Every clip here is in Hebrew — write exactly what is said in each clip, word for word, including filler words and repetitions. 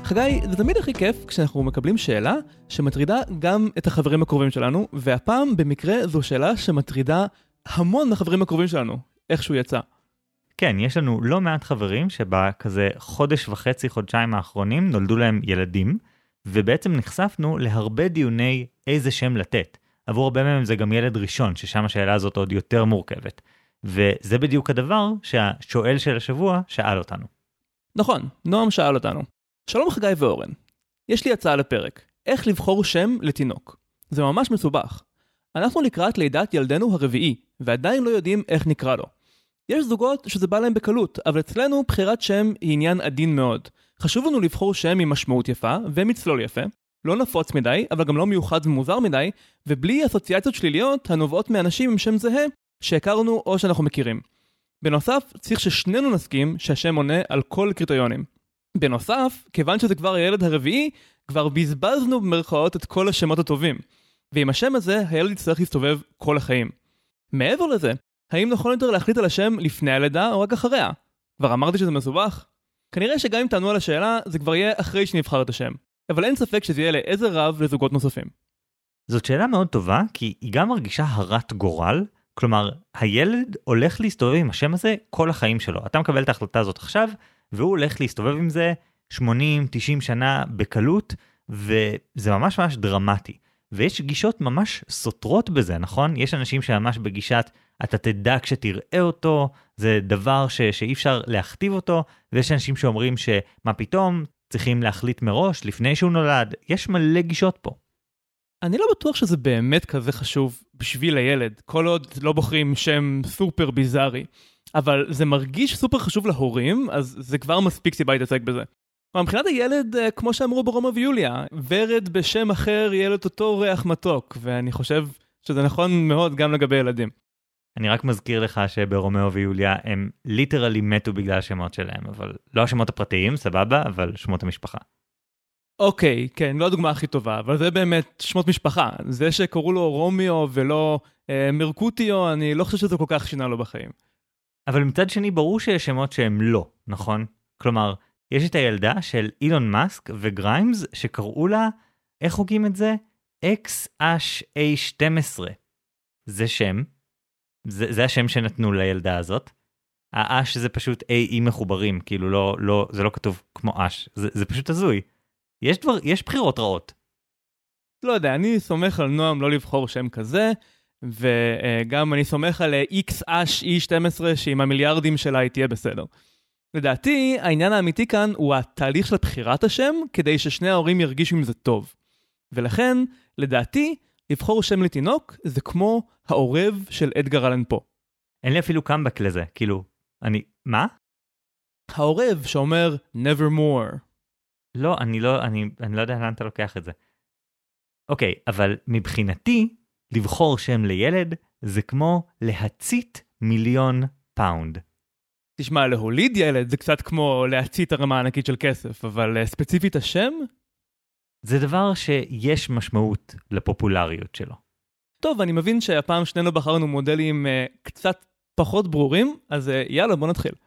חגי, זה תמיד הכי כיף כשאנחנו מקבלים שאלה שמטרידה גם את החברים הקרובים שלנו, והפעם במקרה זו שאלה שמטרידה המון מהחברים הקרובים שלנו, איכשהו יצא. כן, יש לנו לא מעט חברים שבכזה חודש וחצי, חודשיים האחרונים נולדו להם ילדים, ובעצם נחשפנו להרבה דיוני איזה שם לתת. עבור הרבה מהם זה גם ילד ראשון, ששם השאלה הזאת עוד יותר מורכבת. וזה בדיוק הדבר שהשואל של השבוע שאל אותנו. נכון, נועם שאל אותנו. שלום חגי ואורן, יש לי הצעה לפרק, איך לבחור שם לתינוק. זה ממש מסובך. אנחנו לקראת לידת ילדנו הרביעי, ועדיין לא יודעים איך נקרא לו. יש זוגות שזה בא להם בקלות, אבל אצלנו בחירת שם היא עניין עדין מאוד. חשוב לנו לבחור שם עם משמעות יפה ומצלול יפה, לא נפוץ מדי, אבל גם לא מיוחד ומוזר מדי, ובלי אסוציאציות שליליות הנובעות מאנשים עם שם זהה שהכרנו או שאנחנו מכירים. בנוסף, צריך ששנינו נסכים שהשם עונה על כל קריטריונים. בנוסף, כיוון שזה כבר הילד הרביעי, כבר בזבזנו במרכאות את כל השמות הטובים. ועם השם הזה, הילד יצטרך להסתובב כל החיים. מעבר לזה, האם נכון יותר להחליט על השם לפני הלידה או רק אחריה? כבר אמרתי שזה מסובך? כנראה שגם אם תענו על השאלה, זה כבר יהיה אחרי שנבחר את השם. אבל אין ספק שזה יהיה לעזר רב לזוגות נוספים. זאת שאלה מאוד טובה, כי היא גם מרגישה הרת גורל. כלומר, הילד הולך להסתובב עם השם הזה כל החיים שלו. אתה מקבל את ההחלטה הזאת עכשיו, והוא הולך להסתובב עם זה שמונים תשעים שנה בקלות, וזה ממש ממש דרמטי. ויש גישות ממש סותרות בזה, נכון? יש אנשים שממש בגישת, אתה תדע כשתראה אותו, זה דבר ש- שאי אפשר להכתיב אותו, ויש אנשים שאומרים שמה פתאום, צריכים להחליט מראש לפני שהוא נולד. יש מלא גישות פה. אני לא בטוח שזה באמת כזה חשוב בשביל הילד, כל עוד לא בוחרים שם סופר ביזארי. אבל זה מרגיש סופר חשוב להורים, אז זה כבר מספיק סיבה להתעסק בזה. מבחינת הילד, כמו שאמרו ברומא ויוליה, ורד בשם אחר ילד אותו ריח מתוק, ואני חושב שזה נכון מאוד גם לגבי ילדים. אני רק מזכיר לך שברומאו ויוליה הם ליטרלי מתו בגלל השמות שלהם, אבל לא השמות הפרטיים, סבבה, אבל שמות המשפחה. אוקיי, כן, לא הדוגמה הכי טובה, אבל זה באמת שמות משפחה. זה שקראו לו רומיו ולא אה, מרקוטיו, אני לא חושב שזה כל כך שינה לו בחיים. אבל מצד שני, ברור שיש שמות שהם לא, נכון? כלומר, יש את הילדה של אילון מאסק וגריימס, שקראו לה, איך הוגים את זה? אקס אש איי שתים עשרה. זה שם. זה, זה השם שנתנו לילדה הזאת. האש זה פשוט איי מחוברים, כאילו לא, לא, זה לא כתוב כמו אש. זה, זה פשוט הזוי. יש דבר, יש בחירות רעות. לא יודע, אני סומך על נועם לא לבחור שם כזה, וגם אני סומך על אקס אש איי שתים עשרה, שעם המיליארדים שלה היא תהיה בסדר. לדעתי, העניין האמיתי כאן הוא התהליך של בחירת השם, כדי ששני ההורים ירגישו עם זה טוב. ולכן, לדעתי, לבחור שם לתינוק זה כמו העורב של אדגר אלן פה. אין לי אפילו קאמבק לזה, כאילו, אני, מה? העורב שאומר nevermore. לא, אני לא, אני, אני לא יודע לאן אתה לוקח את זה. אוקיי, אבל מבחינתי, לבחור שם לילד זה כמו להצית מיליון פאונד. תשמע, להוליד ילד זה קצת כמו להצית הרמה ענקית של כסף, אבל ספציפית השם? זה דבר שיש משמעות לפופולריות שלו. טוב, אני מבין שהפעם שנינו בחרנו מודלים uh, קצת פחות ברורים, אז uh, יאללה, בוא נתחיל.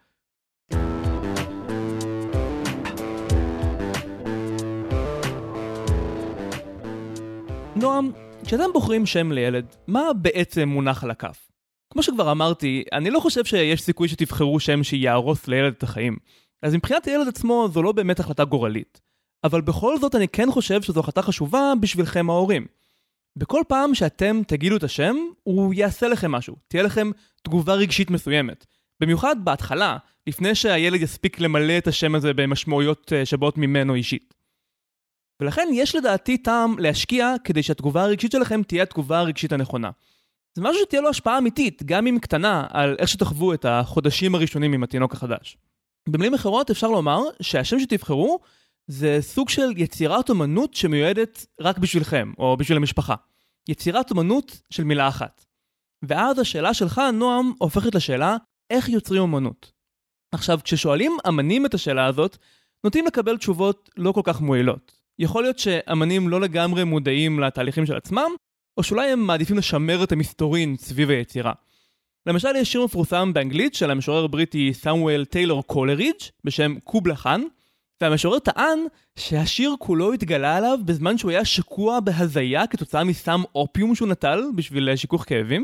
נועם, כשאתם בוחרים שם לילד, מה בעצם מונח על הכף? כמו שכבר אמרתי, אני לא חושב שיש סיכוי שתבחרו שם שיערוס לילד את החיים. אז מבחינת הילד עצמו זו לא באמת החלטה גורלית. אבל בכל זאת אני כן חושב שזו החלטה חשובה בשבילכם ההורים. בכל פעם שאתם תגידו את השם, הוא יעשה לכם משהו. תהיה לכם תגובה רגשית מסוימת. במיוחד בהתחלה, לפני שהילד יספיק למלא את השם הזה במשמעויות שבאות ממנו אישית. ולכן יש לדעתי טעם להשקיע כדי שהתגובה הרגשית שלכם תהיה התגובה הרגשית הנכונה. זה משהו שתהיה לו השפעה אמיתית, גם אם קטנה, על איך שתחוו את החודשים הראשונים עם התינוק החדש. במילים אחרות אפשר לומר שהשם שתבחרו זה סוג של יצירת אומנות שמיועדת רק בשבילכם, או בשביל המשפחה. יצירת אומנות של מילה אחת. ואז השאלה שלך, נועם, הופכת לשאלה, איך יוצרים אומנות? עכשיו, כששואלים אמנים את השאלה הזאת, נוטים לקבל תשובות לא כל כך מועילות. יכול להיות שאמנים לא לגמרי מודעים לתהליכים של עצמם, או שאולי הם מעדיפים לשמר את המסתורין סביב היצירה. למשל, יש שיר מפורסם באנגלית של המשורר הבריטי סמואל טיילור קולרידג' בשם קובלה חאן, והמשורר טען שהשיר כולו התגלה עליו בזמן שהוא היה שקוע בהזיה כתוצאה מסם אופיום שהוא נטל בשביל שיכוך כאבים.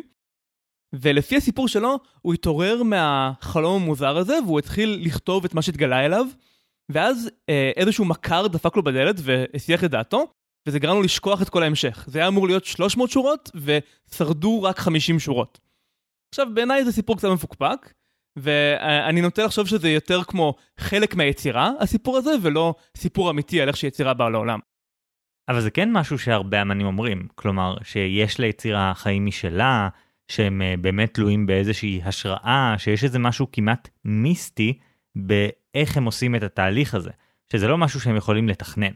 ולפי הסיפור שלו, הוא התעורר מהחלום המוזר הזה, והוא התחיל לכתוב את מה שהתגלה אליו, ואז אה, איזשהו מכר דפק לו בדלת והסיח את דעתו, וזה גרם לו לשכוח את כל ההמשך. זה היה אמור להיות שלוש מאות שורות, ושרדו רק חמישים שורות. עכשיו, בעיניי זה סיפור קצת מפוקפק, ואני נוטה לחשוב שזה יותר כמו חלק מהיצירה, הסיפור הזה, ולא סיפור אמיתי על איך שיצירה באה לעולם. אבל זה כן משהו שהרבה אמנים אומרים, כלומר, שיש ליצירה חיים משלה, שהם באמת תלויים באיזושהי השראה, שיש איזה משהו כמעט מיסטי באיך הם עושים את התהליך הזה, שזה לא משהו שהם יכולים לתכנן.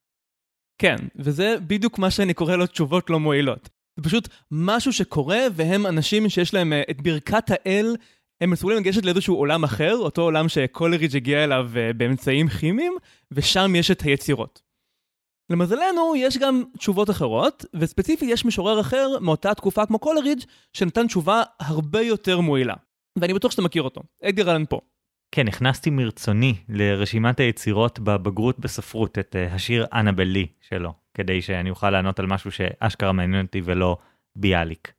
כן, וזה בדיוק מה שאני קורא לו תשובות לא מועילות. זה פשוט משהו שקורה, והם אנשים שיש להם את ברכת האל, הם מסוגלים לגשת לאיזשהו עולם אחר, אותו עולם שקולרידג' הגיע אליו באמצעים כימיים, ושם יש את היצירות. למזלנו, יש גם תשובות אחרות, וספציפית יש משורר אחר מאותה תקופה כמו קולרידג' שנתן תשובה הרבה יותר מועילה. ואני בטוח שאתה מכיר אותו, אדגר אלן פה. כן, הכנסתי מרצוני לרשימת היצירות בבגרות בספרות, את השיר אנבל לי שלו, כדי שאני אוכל לענות על משהו שאשכרה מעניין אותי ולא ביאליק.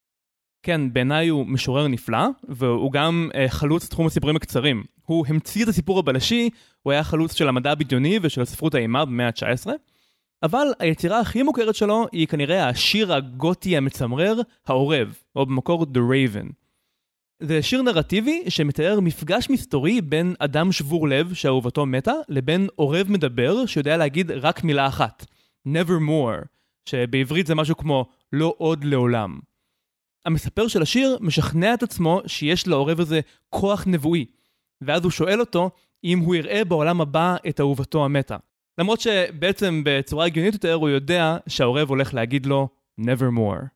כן, בעיניי הוא משורר נפלא, והוא גם אה, חלוץ תחום הסיפורים הקצרים. הוא המציא את הסיפור הבלשי, הוא היה חלוץ של המדע הבדיוני ושל הספרות האימה במאה ה-תשע עשרה, אבל היצירה הכי מוכרת שלו היא כנראה השיר הגותי המצמרר, העורב, או במקור The Raven. זה שיר נרטיבי שמתאר מפגש מסתורי בין אדם שבור לב שאהובתו מתה, לבין עורב מדבר שיודע להגיד רק מילה אחת, Nevermore, שבעברית זה משהו כמו לא עוד לעולם. המספר של השיר משכנע את עצמו שיש לעורב הזה כוח נבואי, ואז הוא שואל אותו אם הוא יראה בעולם הבא את אהובתו המתה. למרות שבעצם בצורה הגיונית יותר הוא יודע שהעורב הולך להגיד לו Nevermore.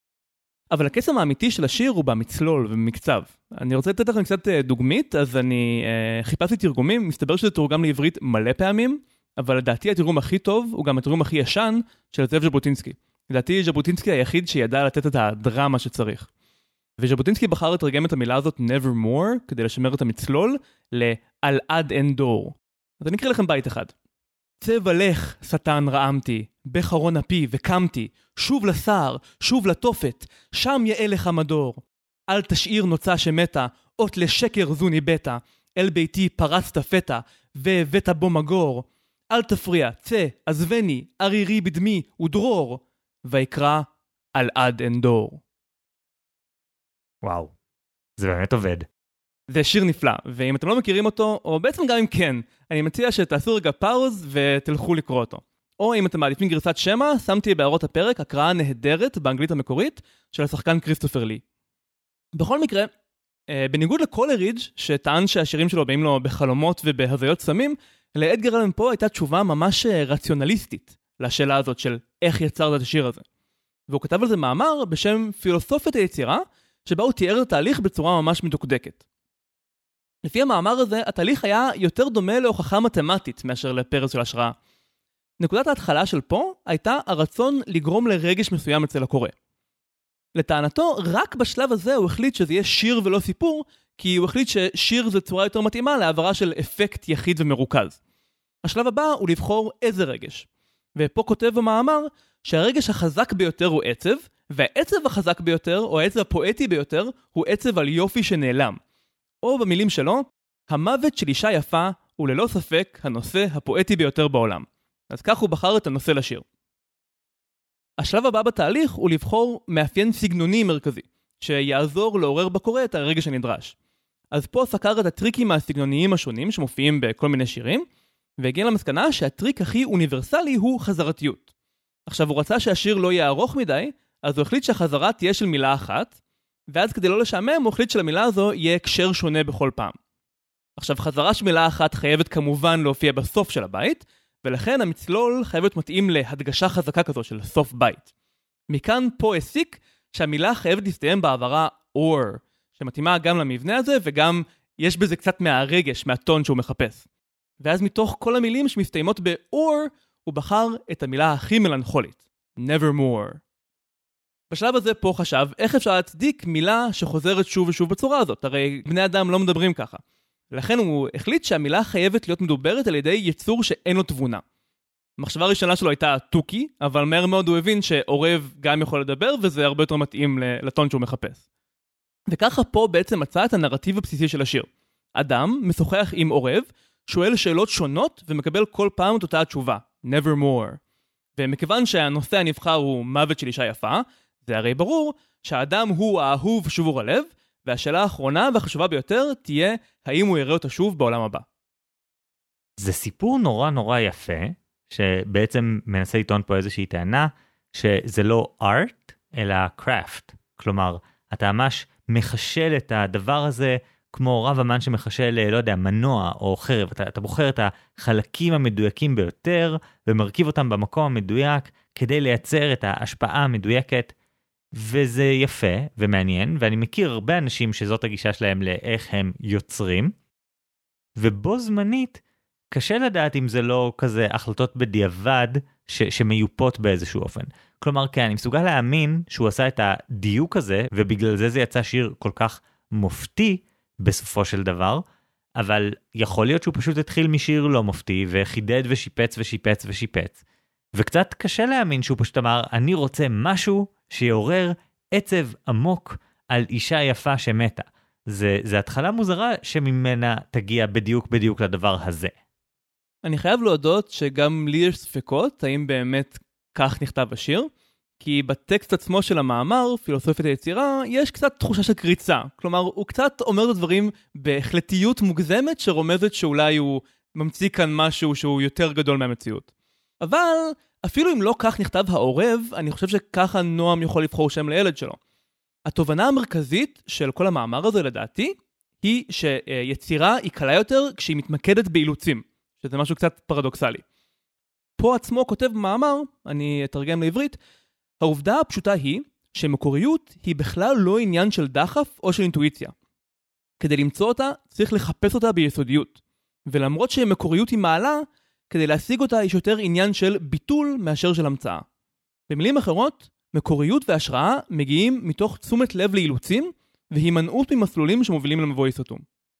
אבל הקסם האמיתי של השיר הוא במצלול ובמקצב. אני רוצה לתת לכם קצת דוגמית, אז אני אה, חיפשתי תרגומים, מסתבר שזה תורגם לעברית מלא פעמים, אבל לדעתי התרגום הכי טוב הוא גם התרגום הכי ישן של זאב ז'בוטינסקי. לדעתי ז'בוטינסקי היחיד שידע לתת את הדרמה שצריך. וז'בוטינסקי בחר לתרגם את המילה הזאת Nevermore כדי לשמר את המצלול לעל עד אין דור. אז אני אקריא לכם בית אחד. צבע לך, שטן רעמתי, בחרון אפי וקמתי, שוב לסער, שוב לתופת, שם יאה לך מדור. אל תשאיר נוצה שמתה, אות לשקר זו ניבטה, אל ביתי פרצת פתע, והבאת בו מגור. אל תפריע, צא, עזבני, ערירי בדמי ודרור, ויקרא על עד אין דור. וואו, זה באמת עובד. זה שיר נפלא, ואם אתם לא מכירים אותו, או בעצם גם אם כן, אני מציע שתעשו רגע פאוז ותלכו לקרוא אותו. או אם אתם מעדיפים גרסת שמע, שמתי בהערות הפרק הקראה נהדרת באנגלית המקורית של השחקן כריסטופר לי. בכל מקרה, בניגוד לקולרידג' שטען שהשירים שלו באים לו בחלומות ובהזיות סמים, לאדגר אלן פה הייתה תשובה ממש רציונליסטית לשאלה הזאת של איך יצרת את השיר הזה. והוא כתב על זה מאמר בשם פילוסופיית היצירה, שבה הוא תיאר את התהליך בצורה ממש מדוקדקת. לפי המאמר הזה, התהליך היה יותר דומה להוכחה מתמטית מאשר לפרץ של השראה. נקודת ההתחלה של פה הייתה הרצון לגרום לרגש מסוים אצל הקורא. לטענתו, רק בשלב הזה הוא החליט שזה יהיה שיר ולא סיפור, כי הוא החליט ששיר זה צורה יותר מתאימה להעברה של אפקט יחיד ומרוכז. השלב הבא הוא לבחור איזה רגש. ופה כותב במאמר שהרגש החזק ביותר הוא עצב, והעצב החזק ביותר, או העצב הפואטי ביותר, הוא עצב על יופי שנעלם. או במילים שלו, המוות של אישה יפה הוא ללא ספק הנושא הפואטי ביותר בעולם. אז כך הוא בחר את הנושא לשיר. השלב הבא בתהליך הוא לבחור מאפיין סגנוני מרכזי, שיעזור לעורר בקורא את הרגש הנדרש. אז פה סקר את הטריקים הסגנוניים השונים שמופיעים בכל מיני שירים, והגיע למסקנה שהטריק הכי אוניברסלי הוא חזרתיות. עכשיו הוא רצה שהשיר לא יהיה ארוך מדי, אז הוא החליט שהחזרה תהיה של מילה אחת, ואז כדי לא לשעמם הוא החליט שלמילה הזו יהיה הקשר שונה בכל פעם. עכשיו חזרה של מילה אחת חייבת כמובן להופיע בסוף של הבית, ולכן המצלול חייבת מתאים להדגשה חזקה כזו של סוף בית. מכאן פה הסיק שהמילה חייבת להסתיים בעברה or, שמתאימה גם למבנה הזה וגם יש בזה קצת מהרגש, מהטון שהוא מחפש. ואז מתוך כל המילים שמסתיימות ב-or, הוא בחר את המילה הכי מלנכולית, nevermore. בשלב הזה פה חשב איך אפשר להצדיק מילה שחוזרת שוב ושוב בצורה הזאת, הרי בני אדם לא מדברים ככה. לכן הוא החליט שהמילה חייבת להיות מדוברת על ידי יצור שאין לו תבונה. המחשבה הראשונה שלו הייתה תוכי, אבל מהר מאוד הוא הבין שעורב גם יכול לדבר, וזה הרבה יותר מתאים לטון שהוא מחפש. וככה פה בעצם מצא את הנרטיב הבסיסי של השיר. אדם משוחח עם עורב, שואל שאלות שונות ומקבל כל פעם את אותה התשובה, never more. ומכיוון שהנושא הנבחר הוא מוות של אישה יפה, זה הרי ברור שהאדם הוא האהוב שבור הלב, והשאלה האחרונה והחשובה ביותר תהיה האם הוא יראה אותה שוב בעולם הבא. זה סיפור נורא נורא יפה, שבעצם מנסה לטעון פה איזושהי טענה, שזה לא art, אלא craft. כלומר, אתה ממש מחשל את הדבר הזה, כמו רב אמן שמחשל, לא יודע, מנוע או חרב. אתה, אתה בוחר את החלקים המדויקים ביותר, ומרכיב אותם במקום המדויק, כדי לייצר את ההשפעה המדויקת, וזה יפה ומעניין, ואני מכיר הרבה אנשים שזאת הגישה שלהם לאיך הם יוצרים, ובו זמנית, קשה לדעת אם זה לא כזה החלטות בדיעבד ש- שמיופות באיזשהו אופן. כלומר, כן, אני מסוגל להאמין שהוא עשה את הדיוק הזה, ובגלל זה זה יצא שיר כל כך מופתי בסופו של דבר, אבל יכול להיות שהוא פשוט התחיל משיר לא מופתי, וחידד ושיפץ ושיפץ ושיפץ. וקצת קשה להאמין שהוא פשוט אמר, אני רוצה משהו שיעורר עצב עמוק על אישה יפה שמתה. זה, זה התחלה מוזרה שממנה תגיע בדיוק בדיוק לדבר הזה. אני חייב להודות שגם לי יש ספקות, האם באמת כך נכתב השיר, כי בטקסט עצמו של המאמר, פילוסופיית היצירה, יש קצת תחושה של קריצה. כלומר, הוא קצת אומר את הדברים בהחלטיות מוגזמת, שרומזת שאולי הוא ממציא כאן משהו שהוא יותר גדול מהמציאות. אבל אפילו אם לא כך נכתב העורב, אני חושב שככה נועם יכול לבחור שם לילד שלו. התובנה המרכזית של כל המאמר הזה, לדעתי, היא שיצירה היא קלה יותר כשהיא מתמקדת באילוצים, שזה משהו קצת פרדוקסלי. פה עצמו כותב מאמר, אני אתרגם לעברית, העובדה הפשוטה היא שמקוריות היא בכלל לא עניין של דחף או של אינטואיציה. כדי למצוא אותה, צריך לחפש אותה ביסודיות. ולמרות שמקוריות היא מעלה, כדי להשיג אותה יש יותר עניין של ביטול מאשר של המצאה. במילים אחרות, מקוריות והשראה מגיעים מתוך תשומת לב לאילוצים, והימנעות ממסלולים שמובילים למבוי סתום.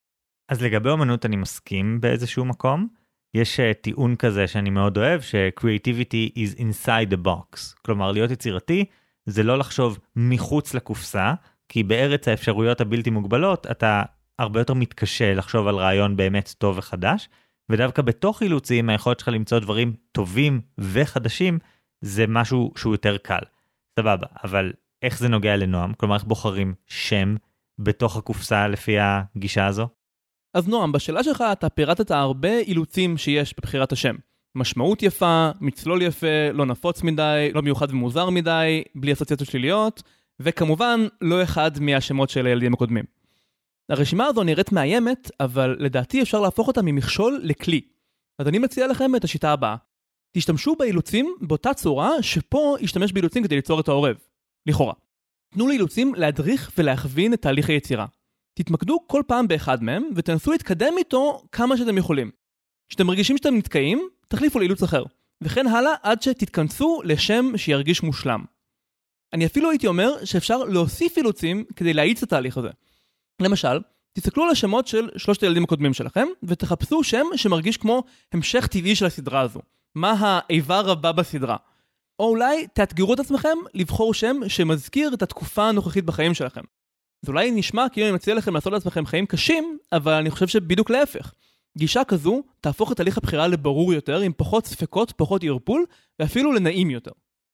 אז לגבי אומנות אני מסכים באיזשהו מקום. יש uh, טיעון כזה שאני מאוד אוהב, ש-creativity is inside the box. כלומר, להיות יצירתי זה לא לחשוב מחוץ לקופסה, כי בארץ האפשרויות הבלתי מוגבלות, אתה הרבה יותר מתקשה לחשוב על רעיון באמת טוב וחדש, ודווקא בתוך אילוצים, היכולת שלך למצוא דברים טובים וחדשים, זה משהו שהוא יותר קל. סבבה, אבל איך זה נוגע לנועם? כלומר, איך בוחרים שם בתוך הקופסה לפי הגישה הזו? אז נועם, בשאלה שלך אתה פירטת הרבה אילוצים שיש בבחירת השם. משמעות יפה, מצלול יפה, לא נפוץ מדי, לא מיוחד ומוזר מדי, בלי אסוציאציות שליליות, וכמובן לא אחד מהשמות של הילדים הקודמים. הרשימה הזו נראית מאיימת, אבל לדעתי אפשר להפוך אותה ממכשול לכלי. אז אני מציע לכם את השיטה הבאה. תשתמשו באילוצים באותה צורה שפה ישתמש באילוצים כדי ליצור את העורב. לכאורה. תנו לאילוצים להדריך ולהכווין את תהליך היצירה. תתמקדו כל פעם באחד מהם ותנסו להתקדם איתו כמה שאתם יכולים. כשאתם מרגישים שאתם נתקעים, תחליפו לאילוץ אחר. וכן הלאה עד שתתכנסו לשם שירגיש מושלם. אני אפילו הייתי אומר שאפשר להוסיף אילוצים כדי להאיץ את התהליך הזה. למשל, תסתכלו על השמות של שלושת הילדים הקודמים שלכם, ותחפשו שם שמרגיש כמו המשך טבעי של הסדרה הזו. מה האיבר הבא בסדרה? או אולי תאתגרו את עצמכם לבחור שם שמזכיר את התקופה הנוכחית בחיים שלכם. זה אולי נשמע כאילו אני מציע לכם לעשות לעצמכם חיים קשים, אבל אני חושב שבדיוק להפך. גישה כזו תהפוך את תהליך הבחירה לברור יותר, עם פחות ספקות, פחות ערפול, ואפילו לנעים יותר.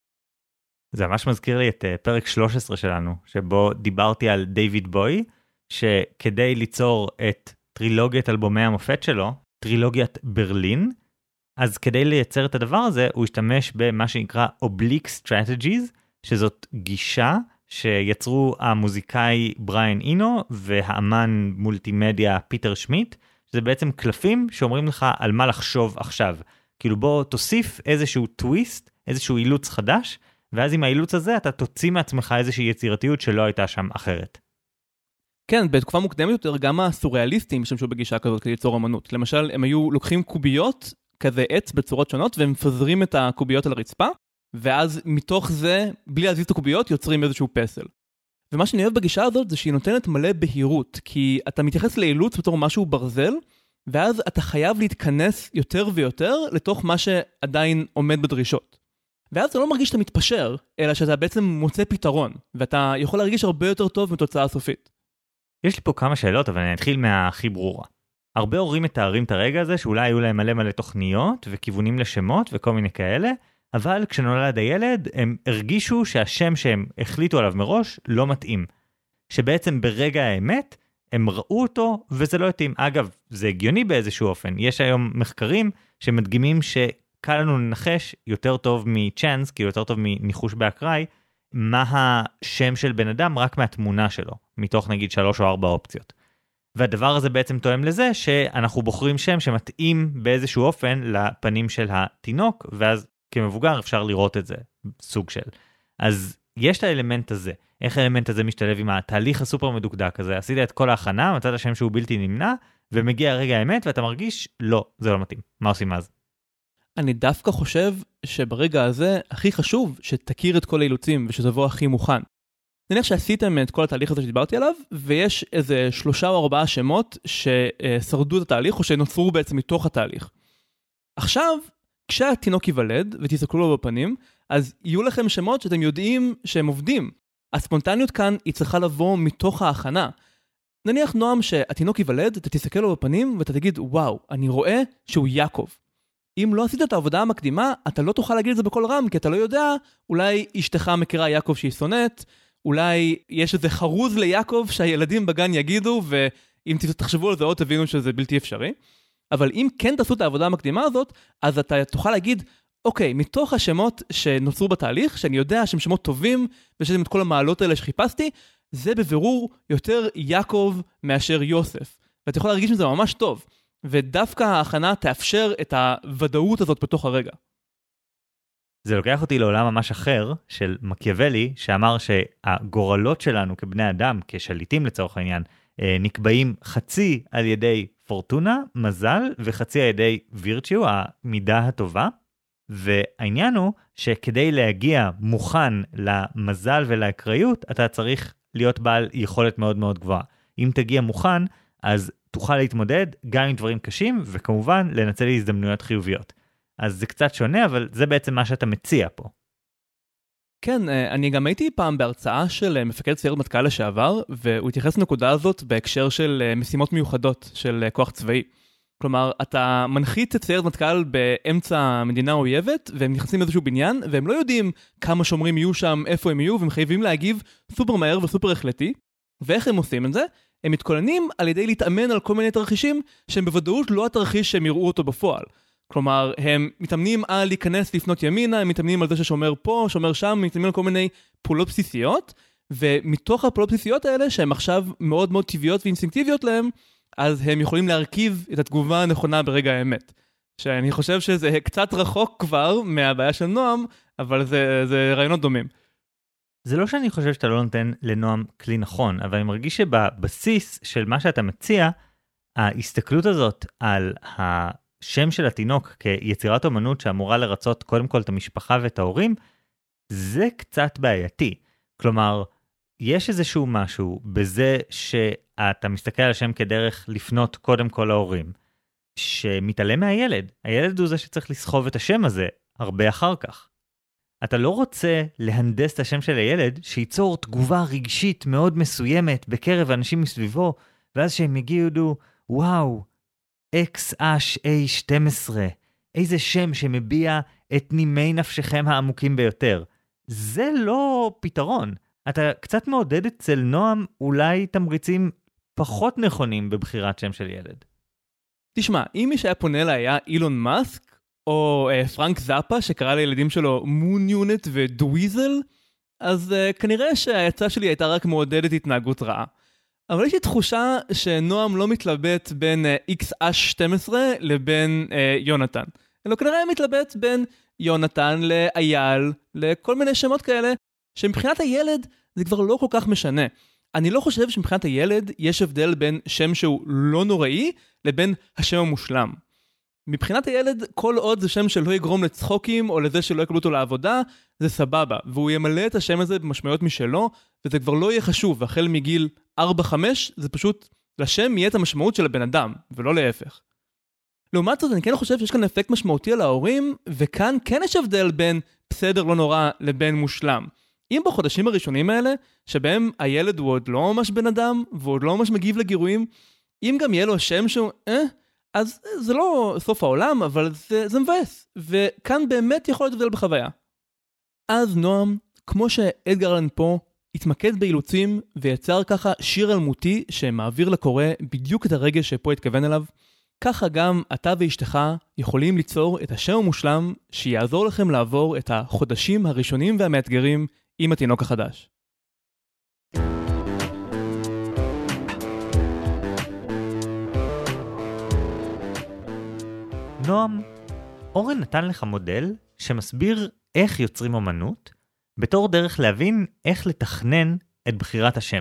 זה ממש מזכיר לי את uh, פרק שלוש עשרה שלנו, שבו דיברתי על דיוויד בוי, שכדי ליצור את טרילוגיית אלבומי המופת שלו, טרילוגיית ברלין, אז כדי לייצר את הדבר הזה, הוא השתמש במה שנקרא Oblique Strategies, שזאת גישה שיצרו המוזיקאי בריין אינו, והאמן מולטימדיה פיטר שמיט, שזה בעצם קלפים שאומרים לך על מה לחשוב עכשיו. כאילו בוא תוסיף איזשהו טוויסט, איזשהו אילוץ חדש, ואז עם האילוץ הזה אתה תוציא מעצמך איזושהי יצירתיות שלא הייתה שם אחרת. כן, בתקופה מוקדמת יותר גם הסוריאליסטים השתמשו בגישה כזאת כדי ליצור אמנות. למשל, הם היו לוקחים קוביות, כזה עץ בצורות שונות, והם מפזרים את הקוביות על הרצפה, ואז מתוך זה, בלי להזיז את הקוביות, יוצרים איזשהו פסל. ומה שאני אוהב בגישה הזאת זה שהיא נותנת מלא בהירות, כי אתה מתייחס לאילוץ בתור משהו ברזל, ואז אתה חייב להתכנס יותר ויותר לתוך מה שעדיין עומד בדרישות. ואז אתה לא מרגיש שאתה מתפשר, אלא שאתה בעצם מוצא פתרון, ואתה יכול להרגיש הרבה יותר טוב מתוצאה הסופית. יש לי פה כמה שאלות, אבל אני אתחיל מהכי ברורה. הרבה הורים מתארים את הרגע הזה, שאולי היו להם מלא מלא תוכניות, וכיוונים לשמות, וכל מיני כאלה, אבל כשנולד הילד, הם הרגישו שהשם שהם החליטו עליו מראש לא מתאים. שבעצם ברגע האמת, הם ראו אותו, וזה לא התאים. אגב, זה הגיוני באיזשהו אופן. יש היום מחקרים שמדגימים שקל לנו לנחש יותר טוב מצ'אנס, כאילו יותר טוב מניחוש באקראי, מה השם של בן אדם רק מהתמונה שלו, מתוך נגיד שלוש או ארבע אופציות. והדבר הזה בעצם תואם לזה שאנחנו בוחרים שם שמתאים באיזשהו אופן לפנים של התינוק, ואז כמבוגר אפשר לראות את זה, סוג של. אז יש את האלמנט הזה. איך האלמנט הזה משתלב עם התהליך הסופר מדוקדק הזה? עשית את כל ההכנה, מצאת השם שהוא בלתי נמנע, ומגיע רגע האמת ואתה מרגיש, לא, זה לא מתאים. מה עושים אז? אני דווקא חושב שברגע הזה הכי חשוב שתכיר את כל האילוצים ושתבוא הכי מוכן. נניח שעשיתם את כל התהליך הזה שדיברתי עליו, ויש איזה שלושה או ארבעה שמות ששרדו את התהליך, או שנוצרו בעצם מתוך התהליך. עכשיו, כשהתינוק ייוולד ותסתכלו לו בפנים, אז יהיו לכם שמות שאתם יודעים שהם עובדים. הספונטניות כאן היא צריכה לבוא מתוך ההכנה. נניח נועם שהתינוק ייוולד, אתה תסתכל לו בפנים ואתה תגיד, וואו, אני רואה שהוא יעקב. אם לא עשית את העבודה המקדימה, אתה לא תוכל להגיד את זה בכל רם, כי אתה לא יודע, אולי אשתך מכירה יעקב שהיא שונאת, אולי יש איזה חרוז ליעקב שהילדים בגן יגידו, ואם תחשבו על זה עוד תבינו שזה בלתי אפשרי. אבל אם כן תעשו את העבודה המקדימה הזאת, אז אתה תוכל להגיד, אוקיי, מתוך השמות שנוצרו בתהליך, שאני יודע שהם שמות טובים, ויש להם את כל המעלות האלה שחיפשתי, זה בבירור יותר יעקב מאשר יוסף. ואתה יכול להרגיש מזה ממש טוב. ודווקא ההכנה תאפשר את הוודאות הזאת בתוך הרגע. זה לוקח אותי לעולם ממש אחר של מקיאוולי, שאמר שהגורלות שלנו כבני אדם, כשליטים לצורך העניין, נקבעים חצי על ידי פורטונה, מזל, וחצי על ידי וירצ'יו, המידה הטובה. והעניין הוא שכדי להגיע מוכן למזל ולאקראיות, אתה צריך להיות בעל יכולת מאוד מאוד גבוהה. אם תגיע מוכן, אז תוכל להתמודד גם עם דברים קשים, וכמובן לנצל הזדמנויות חיוביות. אז זה קצת שונה, אבל זה בעצם מה שאתה מציע פה. כן, אני גם הייתי פעם בהרצאה של מפקד סיירת מטכ"ל לשעבר, והוא התייחס לנקודה הזאת בהקשר של משימות מיוחדות של כוח צבאי. כלומר, אתה מנחית את סיירת מטכ"ל באמצע המדינה האויבת, והם נכנסים לאיזשהו בניין, והם לא יודעים כמה שומרים יהיו שם, איפה הם יהיו, והם חייבים להגיב סופר מהר וסופר החלטי. ואיך הם עושים את זה? הם מתכוננים על ידי להתאמן על כל מיני תרחישים, שהם בוודאות לא התרחיש שהם יראו אותו בפועל. כלומר, הם מתאמנים על להיכנס לפנות ימינה, הם מתאמנים על זה ששומר פה, שומר שם, הם מתאמנים על כל מיני פעולות בסיסיות, ומתוך הפעולות בסיסיות האלה, שהן עכשיו מאוד מאוד טבעיות ואינסטינקטיביות להם, אז הם יכולים להרכיב את התגובה הנכונה ברגע האמת. שאני חושב שזה קצת רחוק כבר מהבעיה של נועם, אבל זה, זה רעיונות דומים. זה לא שאני חושב שאתה לא נותן לנועם כלי נכון, אבל אני מרגיש שבבסיס של מה שאתה מציע, ההסתכלות הזאת על השם של התינוק כיצירת אומנות שאמורה לרצות קודם כל את המשפחה ואת ההורים, זה קצת בעייתי. כלומר, יש איזשהו משהו בזה שאתה מסתכל על השם כדרך לפנות קודם כל להורים, שמתעלם מהילד. הילד הוא זה שצריך לסחוב את השם הזה הרבה אחר כך. אתה לא רוצה להנדס את השם של הילד שייצור תגובה רגשית מאוד מסוימת בקרב האנשים מסביבו, ואז שהם יגידו, וואו, אקס אש איי שתים עשרה, איזה שם שמביע את נימי נפשכם העמוקים ביותר. זה לא פתרון. אתה קצת מעודד אצל נועם אולי תמריצים פחות נכונים בבחירת שם של ילד. תשמע, אם מי שהיה פונה לה היה אילון מאסק, או אה, פרנק זאפה שקרא לילדים שלו מון יונט ודוויזל, אז אה, כנראה שההצעה שלי הייתה רק מעודדת התנהגות רעה. אבל יש לי תחושה שנועם לא מתלבט בין אה, אקס אש שתים עשרה לבין אה, יונתן. אלא כנראה מתלבט בין יונתן לאייל, לכל מיני שמות כאלה, שמבחינת הילד זה כבר לא כל כך משנה. אני לא חושב שמבחינת הילד יש הבדל בין שם שהוא לא נוראי לבין השם המושלם. מבחינת הילד, כל עוד זה שם שלא יגרום לצחוקים או לזה שלא יקבלו אותו לעבודה, זה סבבה, והוא ימלא את השם הזה במשמעויות משלו, וזה כבר לא יהיה חשוב, והחל מגיל ארבע חמש, זה פשוט, לשם יהיה את המשמעות של הבן אדם, ולא להפך. לעומת זאת, אני כן חושב שיש כאן אפקט משמעותי על ההורים, וכאן כן יש הבדל בין בסדר לא נורא לבין מושלם. אם בחודשים הראשונים האלה, שבהם הילד הוא עוד לא ממש בן אדם, והוא עוד לא ממש מגיב לגירויים, אם גם יהיה לו שם שהוא, אה, אז זה לא סוף העולם, אבל זה, זה מבאס, וכאן באמת יכול להיות הבדל בחוויה. אז נועם, כמו שאדגר אלן פה, התמקד באילוצים ויצר ככה שיר אלמותי שמעביר לקורא בדיוק את הרגש שפה התכוון אליו, ככה גם אתה ואשתך יכולים ליצור את השם המושלם שיעזור לכם לעבור את החודשים הראשונים והמאתגרים עם התינוק החדש. נועם, אורן נתן לך מודל שמסביר איך יוצרים אומנות, בתור דרך להבין איך לתכנן את בחירת השם.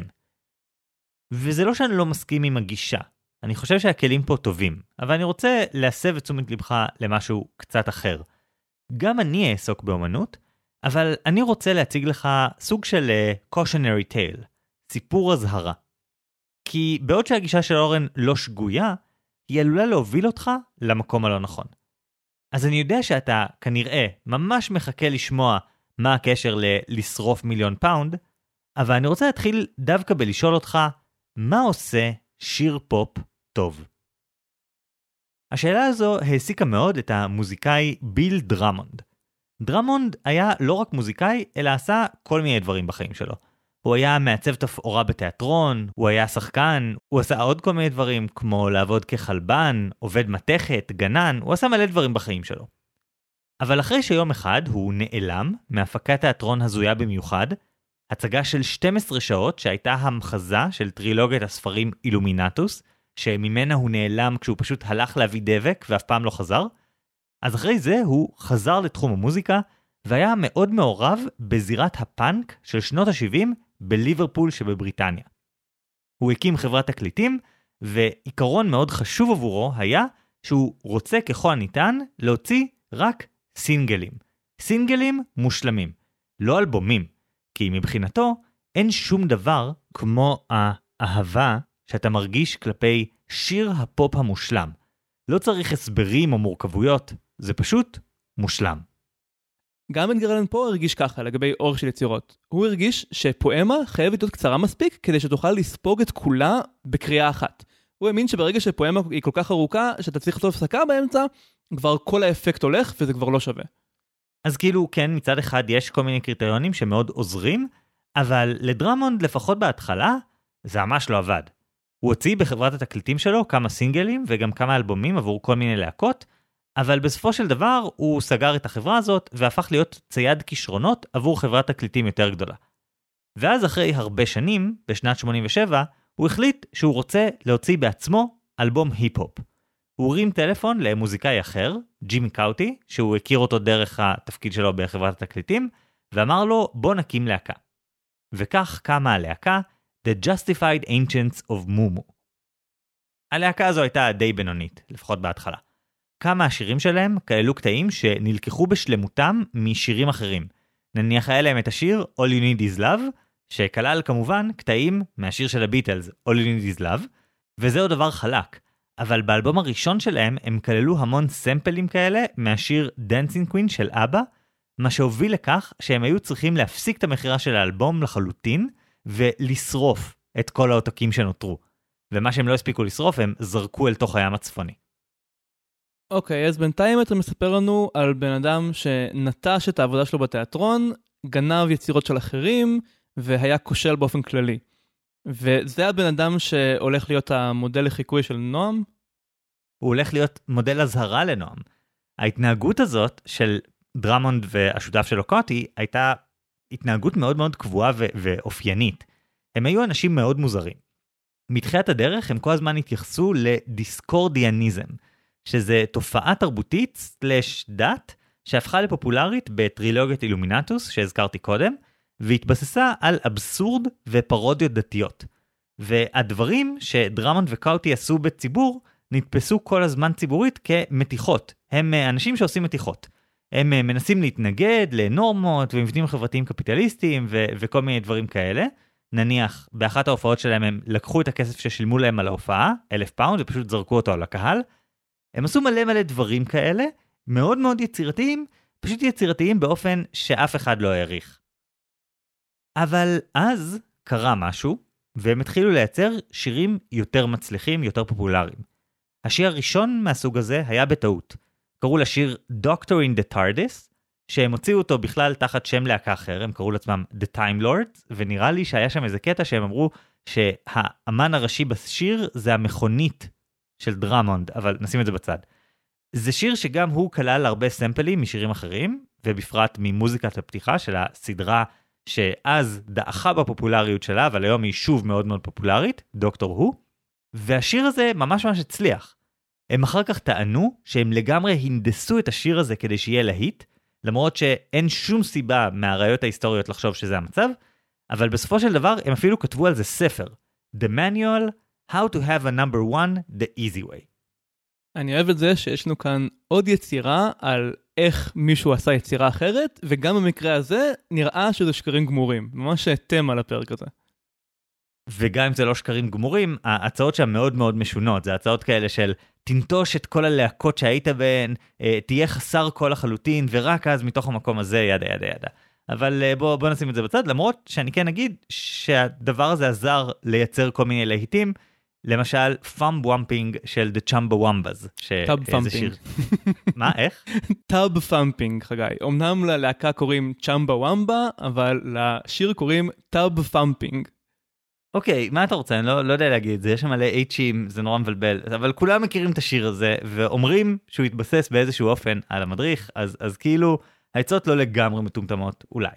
וזה לא שאני לא מסכים עם הגישה, אני חושב שהכלים פה טובים, אבל אני רוצה להסב את תשומת לבך למשהו קצת אחר. גם אני אעסוק באומנות, אבל אני רוצה להציג לך סוג של uh, cautionary tale, סיפור הזהרה. כי בעוד שהגישה של אורן לא שגויה, היא עלולה להוביל אותך למקום הלא נכון. אז אני יודע שאתה כנראה ממש מחכה לשמוע מה הקשר ל-לשרוף מיליון פאונד, אבל אני רוצה להתחיל דווקא בלשאול אותך, מה עושה שיר פופ טוב? השאלה הזו העסיקה מאוד את המוזיקאי ביל דרמונד. דרמונד היה לא רק מוזיקאי, אלא עשה כל מיני דברים בחיים שלו. הוא היה מעצב תפאורה בתיאטרון, הוא היה שחקן, הוא עשה עוד כל מיני דברים, כמו לעבוד כחלבן, עובד מתכת, גנן, הוא עשה מלא דברים בחיים שלו. אבל אחרי שיום אחד הוא נעלם מהפקת תיאטרון הזויה במיוחד, הצגה של שתים עשרה שעות שהייתה המחזה של טרילוגיית הספרים אילומינטוס, שממנה הוא נעלם כשהוא פשוט הלך להביא דבק ואף פעם לא חזר, אז אחרי זה הוא חזר לתחום המוזיקה, והיה מאוד מעורב בזירת הפאנק של שנות ה-שבעים בליברפול שבבריטניה. הוא הקים חברת תקליטים, ועיקרון מאוד חשוב עבורו היה שהוא רוצה ככל הניתן להוציא רק סינגלים. סינגלים מושלמים, לא אלבומים, כי מבחינתו אין שום דבר כמו האהבה שאתה מרגיש כלפי שיר הפופ המושלם. לא צריך הסברים או מורכבויות, זה פשוט מושלם. גם אדגר אלן פו הרגיש ככה לגבי אורך של יצירות. הוא הרגיש שפואמה חייבת להיות קצרה מספיק כדי שתוכל לספוג את כולה בקריאה אחת. הוא האמין שברגע שפואמה היא כל כך ארוכה שאתה צריך לעשות הפסקה באמצע, כבר כל האפקט הולך וזה כבר לא שווה. אז כאילו כן, מצד אחד יש כל מיני קריטריונים שמאוד עוזרים, אבל לדרמונד לפחות בהתחלה זה ממש לא עבד. הוא הוציא בחברת התקליטים שלו כמה סינגלים וגם כמה אלבומים עבור כל מיני להקות, אבל בסופו של דבר הוא סגר את החברה הזאת והפך להיות צייד כישרונות עבור חברת תקליטים יותר גדולה. ואז אחרי הרבה שנים, בשנת שמונים ושבע, הוא החליט שהוא רוצה להוציא בעצמו אלבום היפ-הופ. הוא הרים טלפון למוזיקאי אחר, ג'ימי קאוטי, שהוא הכיר אותו דרך התפקיד שלו בחברת התקליטים, ואמר לו בוא נקים להקה. וכך קמה הלהקה, The Justified Ancients of Mumu. הלהקה הזו הייתה די בינונית, לפחות בהתחלה. כמה השירים שלהם כללו קטעים שנלקחו בשלמותם משירים אחרים. נניח היה להם את השיר All You Need Is Love, שכלל כמובן קטעים מהשיר של הביטלס All You Need Is Love, וזהו דבר חלק. אבל באלבום הראשון שלהם הם כללו המון סמפלים כאלה מהשיר Dancing Queen של אבא, מה שהוביל לכך שהם היו צריכים להפסיק את המחירה של האלבום לחלוטין, ולשרוף את כל העותקים שנותרו. ומה שהם לא הספיקו לשרוף הם זרקו אל תוך הים הצפוני. אוקיי, okay, אז בינתיים אתה מספר לנו על בן אדם שנטש את העבודה שלו בתיאטרון, גנב יצירות של אחרים, והיה כושל באופן כללי. וזה הבן אדם שהולך להיות המודל לחיקוי של נועם? הוא הולך להיות מודל הזהרה לנועם. ההתנהגות הזאת של דרמונד והשותף שלו קוטי הייתה התנהגות מאוד מאוד קבועה ו- ואופיינית. הם היו אנשים מאוד מוזרים. מתחילת הדרך הם כל הזמן התייחסו לדיסקורדיאניזם, שזה תופעה תרבותית סלש דת שהפכה לפופולרית בטרילוגיית אילומינטוס שהזכרתי קודם, והתבססה על אבסורד ופרודיות דתיות. והדברים שדרמונד וקאוטי עשו בציבור נתפסו כל הזמן ציבורית כמתיחות. הם אנשים שעושים מתיחות. הם מנסים להתנגד לנורמות ומבנים חברתיים קפיטליסטיים ו- וכל מיני דברים כאלה. נניח, באחת ההופעות שלהם הם לקחו את הכסף ששילמו להם על ההופעה, אלף פאונד, ופשוט זרקו אותו על הקהל. הם עשו מלא מלא דברים כאלה, מאוד מאוד יצירתיים, פשוט יצירתיים באופן שאף אחד לא העריך. אבל אז קרה משהו, והם התחילו לייצר שירים יותר מצליחים, יותר פופולריים. השיר הראשון מהסוג הזה היה בטעות. קראו לשיר Doctor in the TARDIS, שהם הוציאו אותו בכלל תחת שם להקה אחר, הם קראו לעצמם The Time Lords, ונראה לי שהיה שם איזה קטע שהם אמרו שהאמן הראשי בשיר זה המכונית של דרמונד, אבל נשים את זה בצד. זה שיר שגם הוא כלל הרבה סמפלים משירים אחרים, ובפרט ממוזיקת הפתיחה של הסדרה שאז דעכה בפופולריות שלה, אבל היום היא שוב מאוד מאוד פופולרית, דוקטור הו, והשיר הזה ממש ממש הצליח. הם אחר כך טענו שהם לגמרי הנדסו את השיר הזה כדי שיהיה להיט, למרות שאין שום סיבה מהראיות ההיסטוריות לחשוב שזה המצב, אבל בסופו של דבר הם אפילו כתבו על זה ספר, The Manual, How to have a number one, the easy way. אני אוהב את זה שיש לנו כאן עוד יצירה על איך מישהו עשה יצירה אחרת, וגם במקרה הזה נראה שזה שקרים גמורים, ממש תמה לפרק הזה. וגם אם זה לא שקרים גמורים, ההצעות שם מאוד מאוד משונות, זה הצעות כאלה של תנטוש את כל הלהקות שהיית בהן, תהיה חסר כל החלוטין, ורק אז מתוך המקום הזה ידה ידה ידה. אבל בוא, בוא נשים את זה בצד, למרות שאני כן אגיד שהדבר הזה עזר לייצר כל מיני להיטים, למשל פאם וואמפינג של The Chumba Wambas. טאב פאמפינג. מה, איך? טאב פאמפינג, חגי. אמנם ללהקה קוראים צ'מבה וומבה, אבל לשיר קוראים טאב פאמפינג. אוקיי, מה אתה רוצה? אני לא, לא יודע להגיד את זה, יש שם מלא אייצ'ים, זה נורא מבלבל, אבל כולם מכירים את השיר הזה, ואומרים שהוא יתבסס באיזשהו אופן על המדריך, אז, אז כאילו, העצות לא לגמרי מטומטמות, אולי.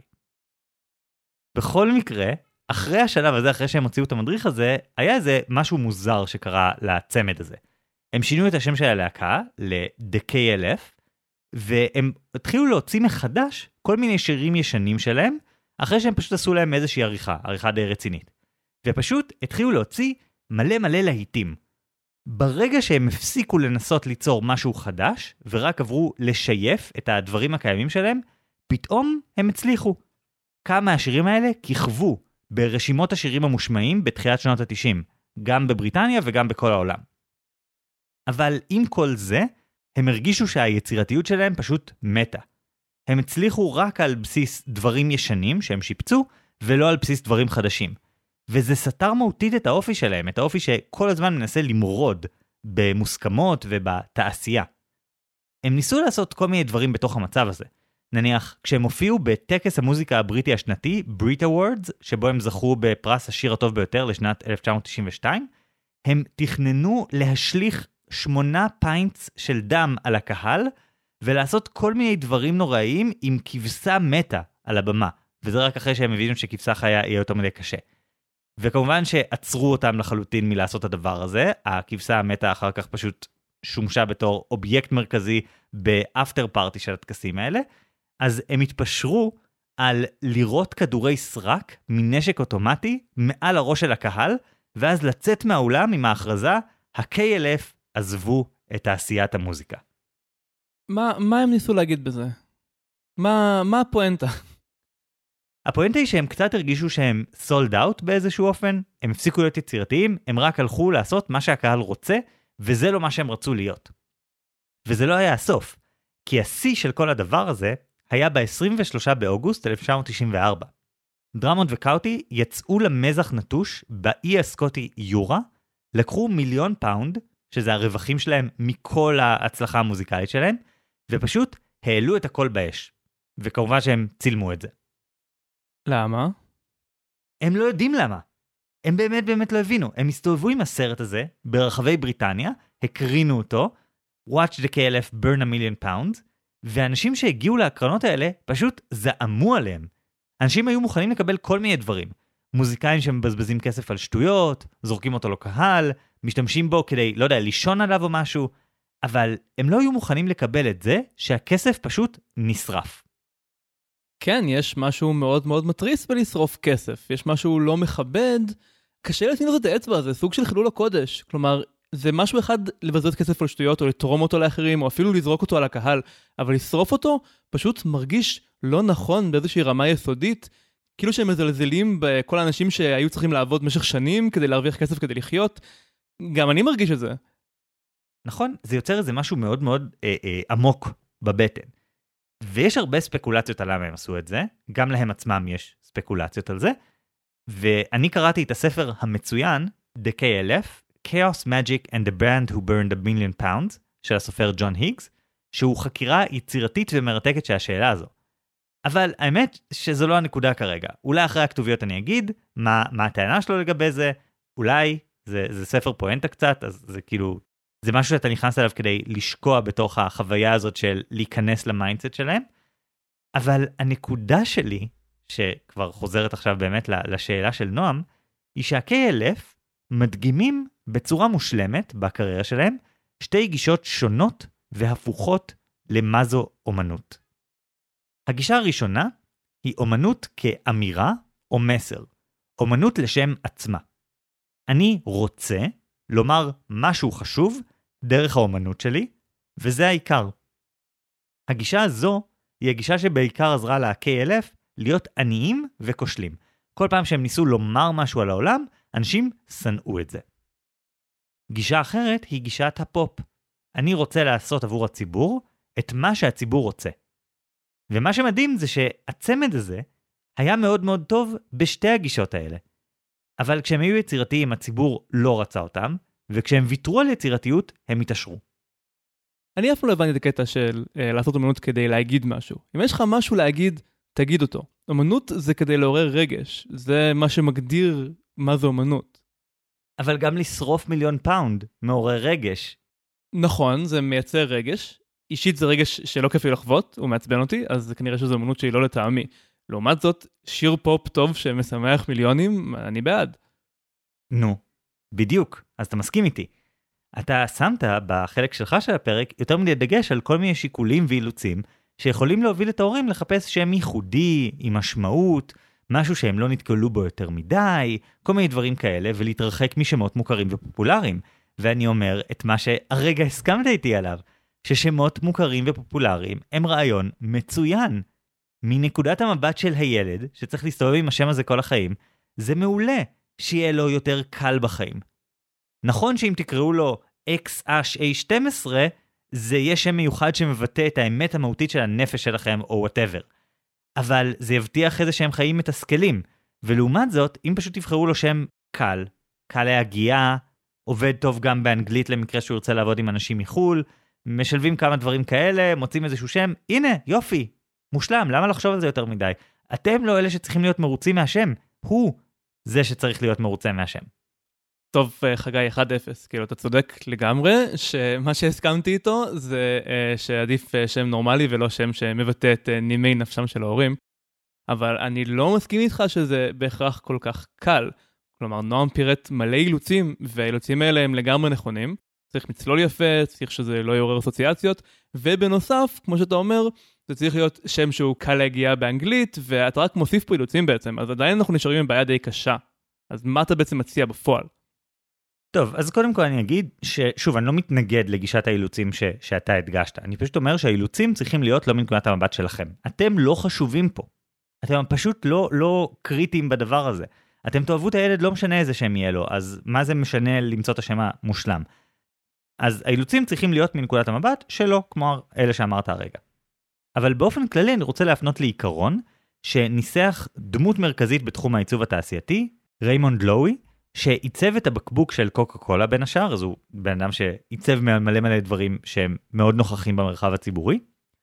בכל מקרה, אחרי השלב הזה, אחרי שהם הוציאו את המדריך הזה, היה איזה משהו מוזר שקרה לצמד הזה. הם שינו את השם של הלהקה ל-The K L F, והם התחילו להוציא מחדש כל מיני שירים ישנים שלהם, אחרי שהם פשוט עשו להם איזושהי עריכה, עריכה די רצינית. ופשוט התחילו להוציא מלא מלא להיטים. ברגע שהם הפסיקו לנסות ליצור משהו חדש, ורק עברו לשייף את הדברים הקיימים שלהם, פתאום הם הצליחו. כמה מהשירים האלה כיכבו ברשימות השירים המושמעים בתחילת שנות ה-תשעים, גם בבריטניה וגם בכל העולם. אבל עם כל זה, הם הרגישו שהיצירתיות שלהם פשוט מתה. הם הצליחו רק על בסיס דברים ישנים שהם שיפצו, ולא על בסיס דברים חדשים. וזה סתר מהותית את האופי שלהם, את האופי שכל הזמן מנסה למרוד במוסכמות ובתעשייה. הם ניסו לעשות כל מיני דברים בתוך המצב הזה. נניח, כשהם הופיעו בטקס המוזיקה הבריטי השנתי, Brit Awards, שבו הם זכו בפרס השיר הטוב ביותר לשנת אלף תשע מאות תשעים ושתיים, הם תכננו להשליך שמונה פיינטס של דם על הקהל, ולעשות כל מיני דברים נוראיים עם כבשה מתה על הבמה. וזה רק אחרי שהם מבינים שכבשה חיה יהיה יותר מדי קשה. וכמובן שעצרו אותם לחלוטין מלעשות את הדבר הזה, הכבשה המתה אחר כך פשוט שומשה בתור אובייקט מרכזי באפטר פארטי של הטקסים האלה, אז הם התפשרו על לירות כדורי סרק מנשק אוטומטי מעל הראש של הקהל, ואז לצאת מהאולם עם ההכרזה, ה-K L F עזבו את תעשיית המוזיקה. מה, מה הם ניסו להגיד בזה? מה, מה הפואנטה? הפואנטה היא שהם קצת הרגישו שהם sold out באיזשהו אופן, הם הפסיקו להיות יצירתיים, הם רק הלכו לעשות מה שהקהל רוצה, וזה לא מה שהם רצו להיות. וזה לא היה הסוף, כי השיא של כל הדבר הזה היה ב-עשרים ושלושה באוגוסט אלף תשע מאות תשעים וארבע. דרמונד וקאוטי יצאו למזח נטוש באי הסקוטי יורה, לקחו מיליון פאונד, שזה הרווחים שלהם מכל ההצלחה המוזיקלית שלהם, ופשוט העלו את הכל באש. וכמובן שהם צילמו את זה. למה? הם לא יודעים למה. הם באמת באמת לא הבינו. הם הסתובבו עם הסרט הזה ברחבי בריטניה, הקרינו אותו, Watch the K L F burn a million pounds, ואנשים שהגיעו להקרנות האלה פשוט זעמו עליהם. אנשים היו מוכנים לקבל כל מיני דברים. מוזיקאים שמבזבזים כסף על שטויות, זורקים אותו לקהל, משתמשים בו כדי, לא יודע, לישון עליו או משהו, אבל הם לא היו מוכנים לקבל את זה שהכסף פשוט נשרף. כן, יש משהו מאוד מאוד מטריס בלשרוף כסף. יש משהו לא מכבד. קשה לשים את האצבע הזה, סוג של חילול הקודש. כלומר, זה משהו אחד לבזבז כסף על שטויות, או לתרום אותו לאחרים, או אפילו לזרוק אותו על הקהל, אבל לשרוף אותו פשוט מרגיש לא נכון באיזושהי רמה יסודית, כאילו שהם מזלזלים בכל האנשים שהיו צריכים לעבוד במשך שנים כדי להרוויח כסף כדי לחיות. גם אני מרגיש את זה. נכון, זה יוצר איזה משהו מאוד מאוד אה, אה, עמוק בבטן. ויש הרבה ספקולציות על למה הם עשו את זה, גם להם עצמם יש ספקולציות על זה, ואני קראתי את הספר המצוין, The K L F, Chaos Magic and the Brand Who Burned a Million Pounds, של הסופר ג'ון היגס, שהוא חקירה יצירתית ומרתקת של השאלה הזו. אבל האמת שזו לא הנקודה כרגע. אולי אחרי הכתוביות אני אגיד מה, מה הטענה שלו לגבי זה, אולי זה, זה ספר פואנטה קצת, אז זה כאילו, זה משהו שאתה נכנס אליו כדי לשקוע בתוך החוויה הזאת של להיכנס למיינדסט שלהם, אבל הנקודה שלי, שכבר חוזרת עכשיו באמת לשאלה של נועם, היא שה-K L F מדגימים בצורה מושלמת בקריירה שלהם שתי גישות שונות והפוכות למה זו אומנות. הגישה הראשונה היא אומנות כאמירה או מסר, אומנות לשם עצמה. אני רוצה לומר משהו חשוב דרך האומנות שלי, וזה העיקר. הגישה הזו היא הגישה שבעיקר עזרה ל-K L F להיות עניים וכושלים. כל פעם שהם ניסו לומר משהו על העולם, אנשים שנאו את זה. גישה אחרת היא גישת הפופ. אני רוצה לעשות עבור הציבור את מה שהציבור רוצה. ומה שמדהים זה שהצמד הזה היה מאוד מאוד טוב בשתי הגישות האלה. אבל כשהם היו יצירתיים, הציבור לא רצה אותם, וכשהם ויתרו על יצירתיות, הם התעשרו. אני אף לא הבנתי את הקטע של אה, לעשות אומנות כדי להגיד משהו. אם יש לך משהו להגיד, תגיד אותו. אומנות זה כדי לעורר רגש. זה מה שמגדיר מה זה אומנות. אבל גם לשרוף מיליון פאונד מעורר רגש. נכון, זה מייצר רגש. אישית זה רגש שלא כיף לי לחוות, הוא מעצבן אותי, אז כנראה שזו אומנות שהיא לא לטעמי. לעומת זאת, שיר פופ טוב שמשמח מיליונים, אני בעד. נו, בדיוק, אז אתה מסכים איתי. אתה שמת בחלק שלך של הפרק יותר מדי דגש על כל מיני שיקולים ואילוצים, שיכולים להוביל את ההורים לחפש שם ייחודי, עם משמעות, משהו שהם לא נתקלו בו יותר מדי, כל מיני דברים כאלה, ולהתרחק משמות מוכרים ופופולריים. ואני אומר את מה שהרגע הסכמת איתי עליו, ששמות מוכרים ופופולריים הם רעיון מצוין. מנקודת המבט של הילד, שצריך להסתובב עם השם הזה כל החיים, זה מעולה שיהיה לו יותר קל בחיים. נכון שאם תקראו לו X H A שתים עשרה, זה יהיה שם מיוחד שמבטא את האמת המהותית של הנפש שלכם או whatever. אבל זה יבטיח איזה שהם חיים מתסכלים. ולעומת זאת, אם פשוט תבחרו לו שם קל, קל להגיע, עובד טוב גם באנגלית למקרה שהוא רוצה לעבוד עם אנשים מחול, משלבים כמה דברים כאלה, מוצאים איזשהו שם, הנה, יופי, מושלם, למה לחשוב על זה יותר מדי? אתם לא אלה שצריכים להיות מרוצים מהשם, הוא זה שצריך להיות מרוצה מהשם. טוב, חגי, אחד אפס, כאילו, אתה צודק לגמרי, שמה שהסכמתי איתו זה שעדיף שם נורמלי ולא שם שמבטא את נימי נפשם של ההורים, אבל אני לא מסכים איתך שזה בהכרח כל כך קל. כלומר, נועם פירט מלא אילוצים, והאילוצים האלה הם לגמרי נכונים. צריך מצלול יפה, צריך שזה לא יעורר אסוציאציות, ובנוסף, כמו שאתה אומר, זה צריך להיות שם שהוא קל להגיע באנגלית, ואתה רק מוסיף פה אילוצים בעצם, אז עדיין אנחנו נשארים עם בעיה די קשה. אז מה אתה בעצם מציע בפועל? טוב, אז קודם כל אני אגיד ששוב, אני לא מתנגד לגישת האילוצים ש- שאתה הדגשת. אני פשוט אומר שהאילוצים צריכים להיות לא מנקודת המבט שלכם. אתם לא חשובים פה. אתם פשוט לא, לא קריטיים בדבר הזה. אתם תאהבו את הילד, לא משנה איזה שם יהיה לו, אז מה זה משנה למצוא את השם המושלם? אז האילוצים צריכים להיות מנקודת המבט שלו, כמו אלה שאמרת הרגע. אבל באופן כללי אני רוצה להפנות לעיקרון, שניסח דמות מרכזית בתחום העיצוב התעשייתי, ריימונד לואי, שעיצב את הבקבוק של קוקה קולה בין השאר, אז הוא בן אדם שעיצב מלא מלא דברים שהם מאוד נוכחים במרחב הציבורי,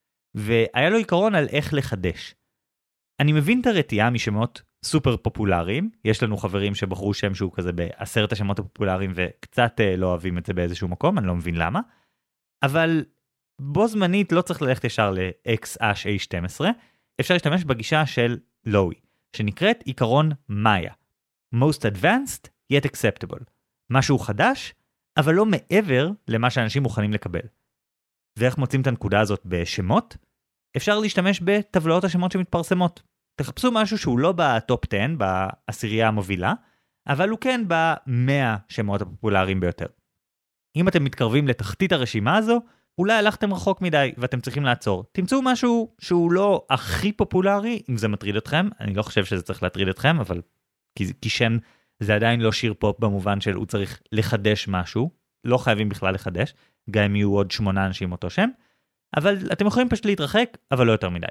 והיה לו עיקרון על איך לחדש. אני מבין את הרתיעה משמות סופר פופולריים, יש לנו חברים שבחרו שם שהוא כזה בעשרת השמות הפופולריים, וקצת לא אוהבים את זה באיזשהו מקום, אני לא מבין למה, אבל בו זמנית לא צריך ללכת ישר ל-X H A שתים עשרה, אפשר להשתמש בגישה של לואי, שנקראת עיקרון מאיה, most advanced yet acceptable, משהו חדש, אבל לא מעבר למה שאנשים מוכנים לקבל. ואיך מוצאים את הנקודה הזאת בשמות? אפשר להשתמש בטבלאות השמות שמתפרסמות. תחפשו משהו שהוא לא בטופ עשר, בעשירייה המובילה, אבל הוא כן ב-מאה שמות הפופולריים ביותר. אם אתם מתקרבים לתחתית הרשימה הזו, אולי הלכתם רחוק מדי ואתם צריכים לעצור. תמצאו משהו שהוא לא הכי פופולרי, אם זה מטריד אתכם. אני לא חושב שזה צריך להטריד אתכם, אבל כי, כי שם זה עדיין לא שיר פופ במובן של הוא צריך לחדש משהו. לא חייבים בכלל לחדש, גם אם יהיו עוד שמונה אנשים אותו שם. אבל אתם יכולים פשוט להתרחק, אבל לא יותר מדי.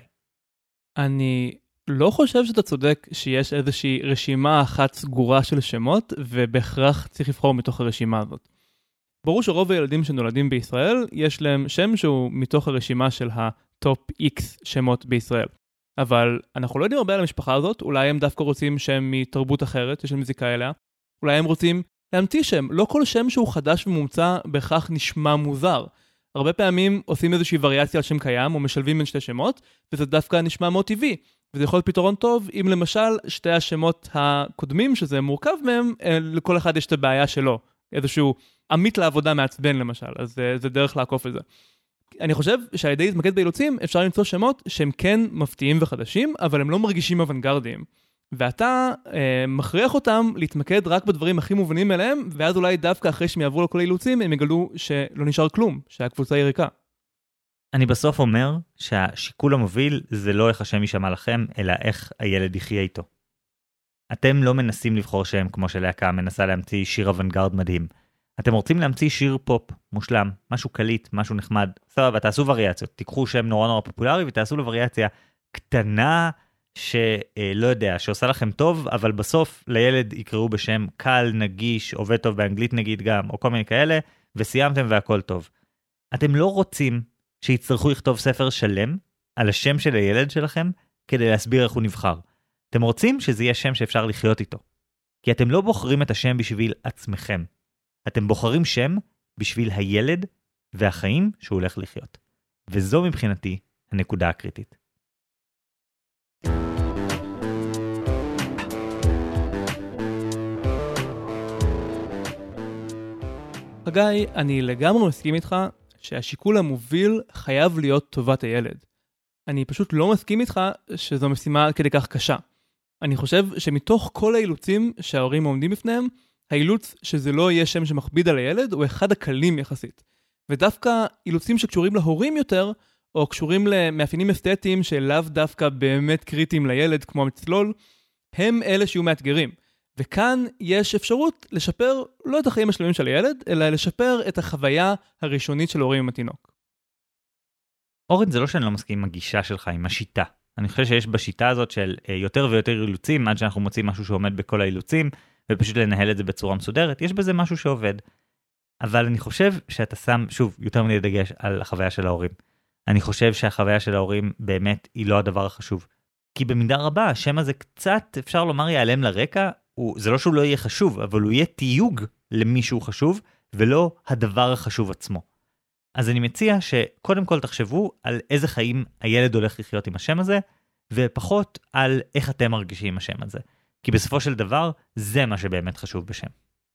אני לא חושב שאתה צודק שיש איזושהי רשימה אחת סגורה של שמות, ובהכרח צריך לבחור מתוך הרשימה הזאת. ברור שרוב הילדים שנולדים בישראל, יש להם שם שהוא מתוך הרשימה של הטופ X שמות בישראל. אבל אנחנו לא יודעים הרבה על המשפחה הזאת, אולי הם דווקא רוצים שם מתרבות אחרת, יש להם זיקה אליה. אולי הם רוצים להמציא שם. לא כל שם שהוא חדש ומומצא בהכרח נשמע מוזר. הרבה פעמים עושים איזושהי וריאציה על שם קיים, או משלבים בין שתי שמות, וזה דווקא נשמע מאוד טבעי. וזה יכול להיות פתרון טוב, אם למשל שתי השמות הקודמים, שזה מורכב מהם, לכל אחד יש את הבעיה שלו. איזשהו עמית לעבודה מעצבן למשל, אז זה, זה דרך לעקוף את זה. אני חושב שעל ידי להתמקד באילוצים, אפשר למצוא שמות שהם כן מפתיעים וחדשים, אבל הם לא מרגישים אוונגרדיים. ואתה אה, מכריח אותם להתמקד רק בדברים הכי מובנים אליהם, ואז אולי דווקא אחרי שהם יעברו לכל האילוצים, הם יגלו שלא נשאר כלום, שהקבוצה היא ריקה. אני בסוף אומר שהשיקול המוביל זה לא איך השם יישמע לכם, אלא איך הילד יחיה איתו. אתם לא מנסים לבחור שם כמו שלהקה מנסה להמציא שיר אוונגרד מדהים. אתם רוצים להמציא שיר פופ מושלם, משהו קליט, משהו נחמד. סבבה, תעשו וריאציות. תיקחו שם נורא נורא פופולרי ותעשו לו וריאציה קטנה שלא יודע, שעושה לכם טוב, אבל בסוף לילד יקראו בשם קל, נגיש, עובד טוב באנגלית נגיד גם, או כל מיני כאלה, וסיימתם והכל טוב. אתם לא רוצים שיצטרכו לכתוב ספר שלם על השם של הילד שלכם כדי להסביר איך הוא נבחר. אתם רוצים שזה יהיה שם שאפשר לחיות איתו. כי אתם לא בוחרים את השם בשביל עצמכם. אתם בוחרים שם בשביל הילד והחיים שהוא הולך לחיות. וזו מבחינתי הנקודה הקריטית. חגי, אני לגמרי מסכים איתך שהשיקול המוביל חייב להיות טובת הילד. אני פשוט לא מסכים איתך שזו משימה כדי כך קשה. אני חושב שמתוך כל האילוצים שההורים עומדים בפניהם, האילוץ שזה לא יהיה שם שמכביד על הילד הוא אחד הקלים יחסית. ודווקא אילוצים שקשורים להורים יותר, או קשורים למאפיינים אסתטיים שלאו דווקא באמת קריטיים לילד כמו המצלול, הם אלה שיהיו מאתגרים. וכאן יש אפשרות לשפר לא את החיים השלמים של הילד, אלא לשפר את החוויה הראשונית של ההורים עם התינוק. אורן, זה לא שאני לא מסכים עם הגישה שלך, עם השיטה. אני חושב שיש בשיטה הזאת של יותר ויותר אילוצים, עד שאנחנו מוצאים משהו שעומד בכל האילוצים, ופשוט לנהל את זה בצורה מסודרת, יש בזה משהו שעובד. אבל אני חושב שאתה שם, שוב, יותר מדי דגש על החוויה של ההורים. אני חושב שהחוויה של ההורים באמת היא לא הדבר החשוב. כי במידה רבה, השם הזה קצת, אפשר לומר, ייעלם לרקע, הוא, זה לא שהוא לא יהיה חשוב, אבל הוא יהיה תיוג למישהו חשוב, ולא הדבר החשוב עצמו. אז אני מציע שקודם כל תחשבו על איזה חיים הילד הולך לחיות עם השם הזה, ופחות על איך אתם מרגישים עם השם הזה. כי בסופו של דבר, זה מה שבאמת חשוב בשם.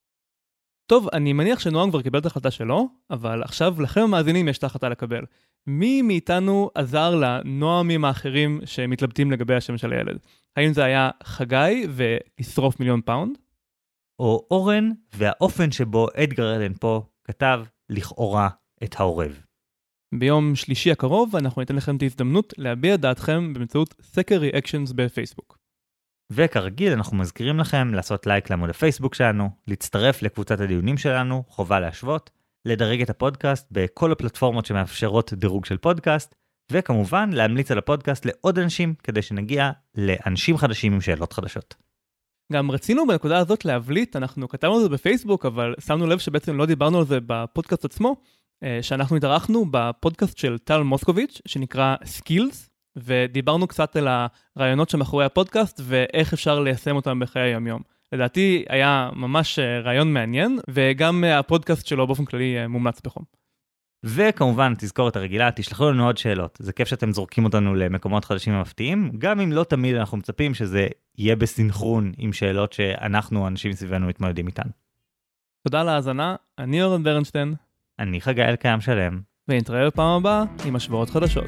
טוב, אני מניח שנועם כבר קיבל את ההחלטה שלו, אבל עכשיו לכם המאזינים יש את ההחלטה לקבל. מי מאיתנו עזר לנועמים האחרים שמתלבטים לגבי השם של הילד? האם זה היה חגי ולשרוף מיליון פאונד? או אורן והאופן שבו אדגר אלן פה כתב לכאורה את העורב. ביום שלישי הקרוב אנחנו ניתן לכם את ההזדמנות להביע דעתכם באמצעות סקר ריאקשנס בפייסבוק. וכרגיל אנחנו מזכירים לכם לעשות לייק לעמוד הפייסבוק שלנו, להצטרף לקבוצת הדיונים שלנו, חובה להשוות, לדרג את הפודקאסט בכל הפלטפורמות שמאפשרות דירוג של פודקאסט, וכמובן להמליץ על הפודקאסט לעוד אנשים כדי שנגיע לאנשים חדשים עם שאלות חדשות. גם רצינו בנקודה הזאת להבליט, אנחנו כתבנו את זה בפייסבוק, אבל שמנו לב שבעצם לא דיברנו על זה בפודקאסט עצמו, שאנחנו התארחנו בפודקאסט של טל מוסקוביץ' שנקרא Skills, ודיברנו קצת על הרעיונות שמאחורי הפודקאסט ואיך אפשר ליישם אותם בחיי היום-יום. לדעתי היה ממש רעיון מעניין, וגם הפודקאסט שלו באופן כללי מומלץ בחום. וכמובן, תזכורת הרגילה, תשלחו לנו עוד שאלות. זה כיף שאתם זורקים אותנו למקומות חדשים ומפתיעים, גם אם לא תמיד אנחנו מצפים שזה יהיה בסינכרון עם שאלות שאנחנו, אנשים סביבנו, מתמודדים איתן. תודה על ההאזנה, אני אורן ברנשטיין. אני חגי אלקיים שלם. ונתראה בפעם הבאה עם השוואות חדשות.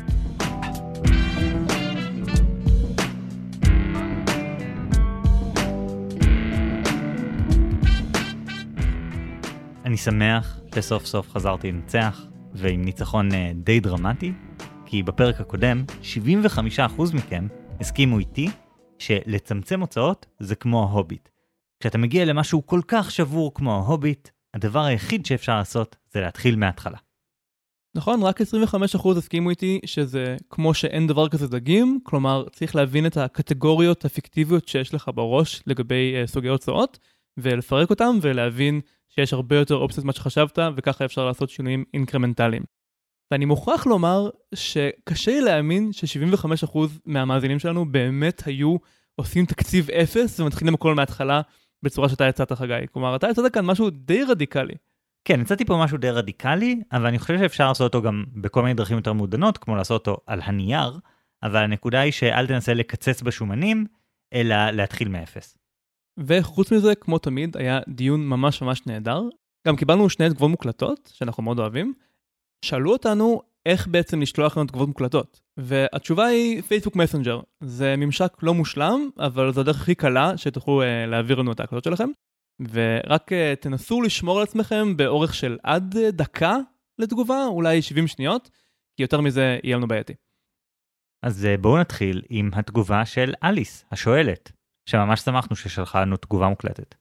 אני שמח שסוף סוף חזרתי לנצח, ועם ניצחון די דרמטי, כי בפרק הקודם שבעים וחמישה אחוז מכם הסכימו איתי שלצמצם הוצאות זה כמו ההוביט. כשאתה מגיע למשהו כל כך שבור כמו ההוביט, הדבר היחיד שאפשר לעשות זה להתחיל מההתחלה. נכון, רק עשרים וחמישה אחוז הסכימו איתי שזה כמו שאין דבר כזה דגים, כלומר צריך להבין את הקטגוריות הפיקטיביות שיש לך בראש לגבי uh, סוגי הוצאות, ולפרק אותם ולהבין שיש הרבה יותר אופציות מה שחשבת, וככה אפשר לעשות שינויים אינקרמנטליים. ואני מוכרח לומר שקשה לי להאמין ש-שבעים וחמישה אחוז מהמאזינים שלנו באמת היו עושים תקציב אפס ומתחילים הכל מההתחלה בצורה שאתה יצאת חגי. כלומר, אתה יצאת כאן משהו די רדיקלי. כן, יצאתי פה משהו די רדיקלי, אבל אני חושב שאפשר לעשות אותו גם בכל מיני דרכים יותר מעודנות, כמו לעשות אותו על הנייר, אבל הנקודה היא שאל תנסה לקצץ בשומנים, אלא להתחיל מאפס. וחוץ מזה, כמו תמיד, היה דיון ממש ממש נהדר. גם קיבלנו שני תגובות מוקלטות, שאנחנו מאוד אוהבים. שאלו אותנו איך בעצם לשלוח לנו תגובות מוקלטות. והתשובה היא פייסבוק מסנג'ר. זה ממשק לא מושלם, אבל זו הדרך הכי קלה שתוכלו uh, להעביר לנו את ההקלטות שלכם. ורק uh, תנסו לשמור על עצמכם באורך של עד uh, דקה לתגובה, אולי שבעים שניות, כי יותר מזה יהיה לנו בעייתי. אז uh, בואו נתחיל עם התגובה של אליס, השואלת, שממש שמחנו ששלחה לנו תגובה מוקלטת.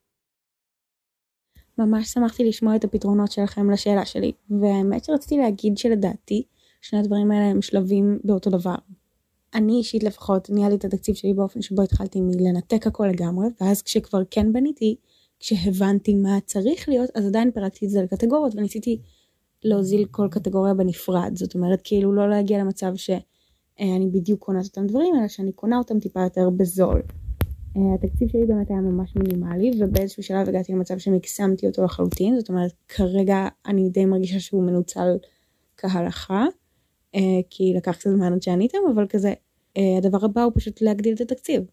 ממש שמחתי לשמוע את הפתרונות שלכם לשאלה שלי, והאמת שרציתי להגיד שלדעתי, שני הדברים האלה הם שלבים באותו דבר. אני אישית לפחות ניהלתי את התקציב שלי באופן שבו התחלתי מלנתק הכל לגמרי, ואז כשכבר כן בניתי, כשהבנתי מה צריך להיות, אז עדיין פרקתי את זה לקטגוריות, וניסיתי להוזיל כל קטגוריה בנפרד. זאת אומרת, כאילו לא להגיע למצב שאני בדיוק קונה את אותם דברים, אלא שאני קונה אותם טיפה יותר בזול. התקציב שלי באמת היה ממש מינימלי, ובאיזשהו שלב הגעתי למצב שמקסמתי אותו לחלוטין. זאת אומרת, כרגע אני די מרגישה שהוא מנוצל כהלכה, כי לקח קצת זמן עד שעניתם, אבל כזה, הדבר הבא הוא פשוט להגדיל את התקציב.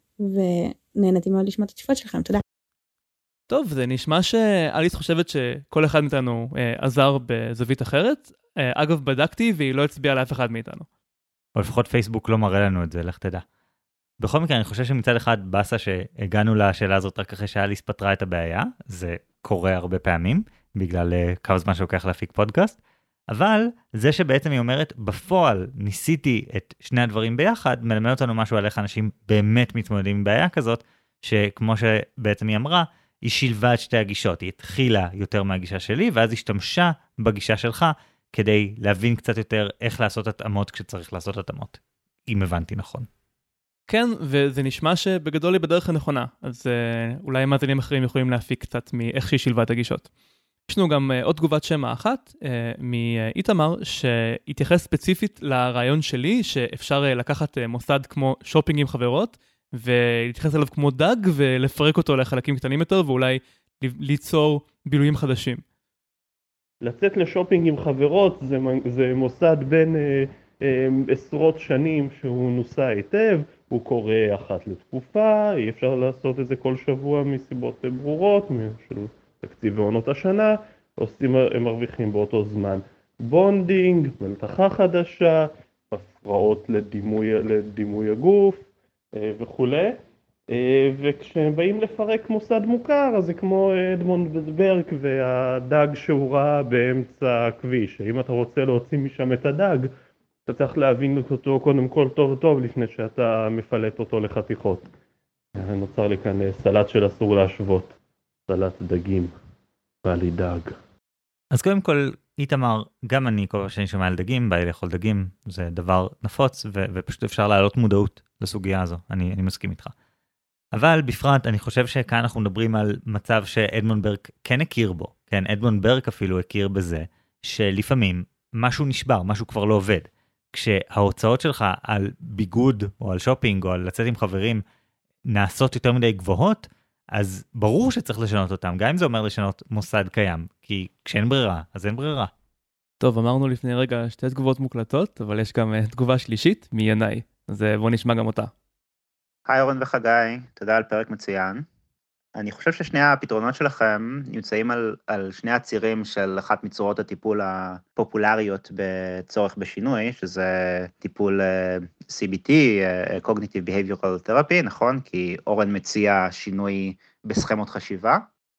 ונהנתי מאוד לשמוע את התשובות שלכם. תודה. טוב, זה נשמע שאליס חושבת שכל אחד מאיתנו אה, עזר בזווית אחרת. אה, אגב, בדקתי והיא לא הצביעה לאף אחד מאיתנו. או לפחות פייסבוק לא מראה לנו את זה, לך תדע. בכל מקרה, אני חושב שמצד אחד בסה שהגענו לשאלה הזאת רק אחרי שאליס פתרה את הבעיה, זה קורה הרבה פעמים, בגלל uh, כמה זמן שלוקח להפיק פודקאסט, אבל זה שבעצם היא אומרת, בפועל ניסיתי את שני הדברים ביחד, מלמד אותנו משהו על איך אנשים באמת מתמודדים עם בעיה כזאת, שכמו שבעצם היא אמרה, היא שילבה את שתי הגישות, היא התחילה יותר מהגישה שלי, ואז השתמשה בגישה שלך, כדי להבין קצת יותר איך לעשות התאמות כשצריך לעשות התאמות, אם הבנתי נכון. כן, וזה נשמע שבגדול היא בדרך הנכונה, אז uh, אולי מאזינים אחרים יכולים להפיק קצת מאיך שהיא שילבה את הגישות. יש לנו גם uh, עוד תגובת שמע אחת uh, מאיתמר, שהתייחס ספציפית לרעיון שלי, שאפשר uh, לקחת uh, מוסד כמו שופינג עם חברות, ולהתייחס אליו כמו דג, ולפרק אותו לחלקים קטנים יותר, ואולי ליצור בילויים חדשים. לצאת לשופינג עם חברות זה, זה מוסד בין אה, אה, עשרות שנים שהוא נוסע היטב, הוא קורה אחת לתקופה, אי אפשר לעשות את זה כל שבוע מסיבות ברורות, של תקציב ועונות השנה, עושים, הם מרוויחים באותו זמן בונדינג, מלתחה חדשה, הפרעות לדימוי, לדימוי הגוף אה, וכו'. וכשהם באים לפרק מוסד מוכר, אז זה כמו אדמונד ברק והדג שהוא ראה באמצע הכביש. אם אתה רוצה להוציא משם את הדג, אתה צריך להבין אותו קודם כל טוב טוב לפני שאתה מפלט אותו לחתיכות. נוצר לי כאן סלט של אסור להשוות, סלט דגים, בא לי דג. אז קודם כל, איתמר, גם אני כל פעם שאני שומע על דגים, בא לי לאכול דגים, זה דבר נפוץ, ו- ופשוט אפשר להעלות מודעות לסוגיה הזו, אני, אני מסכים איתך. אבל בפרט אני חושב שכאן אנחנו מדברים על מצב שאדמונד ברק כן הכיר בו, כן, אדמונד ברק אפילו הכיר בזה, שלפעמים משהו נשבר, משהו כבר לא עובד. כשההוצאות שלך על ביגוד או על שופינג או על לצאת עם חברים נעשות יותר מדי גבוהות, אז ברור שצריך לשנות אותם, גם אם זה אומר לשנות מוסד קיים, כי כשאין ברירה, אז אין ברירה. טוב, אמרנו לפני רגע שתי תגובות מוקלטות, אבל יש גם תגובה שלישית מינאי, אז בוא נשמע גם אותה. היי אורן וחגי, תודה על פרק מצוין. אני חושב ששני הפתרונות שלכם נמצאים על, על שני הצירים של אחת מצורות הטיפול הפופולריות בצורך בשינוי, שזה טיפול סי בי טי, Cognitive Behavioral Therapy, נכון? כי אורן מציע שינוי בסכמות חשיבה.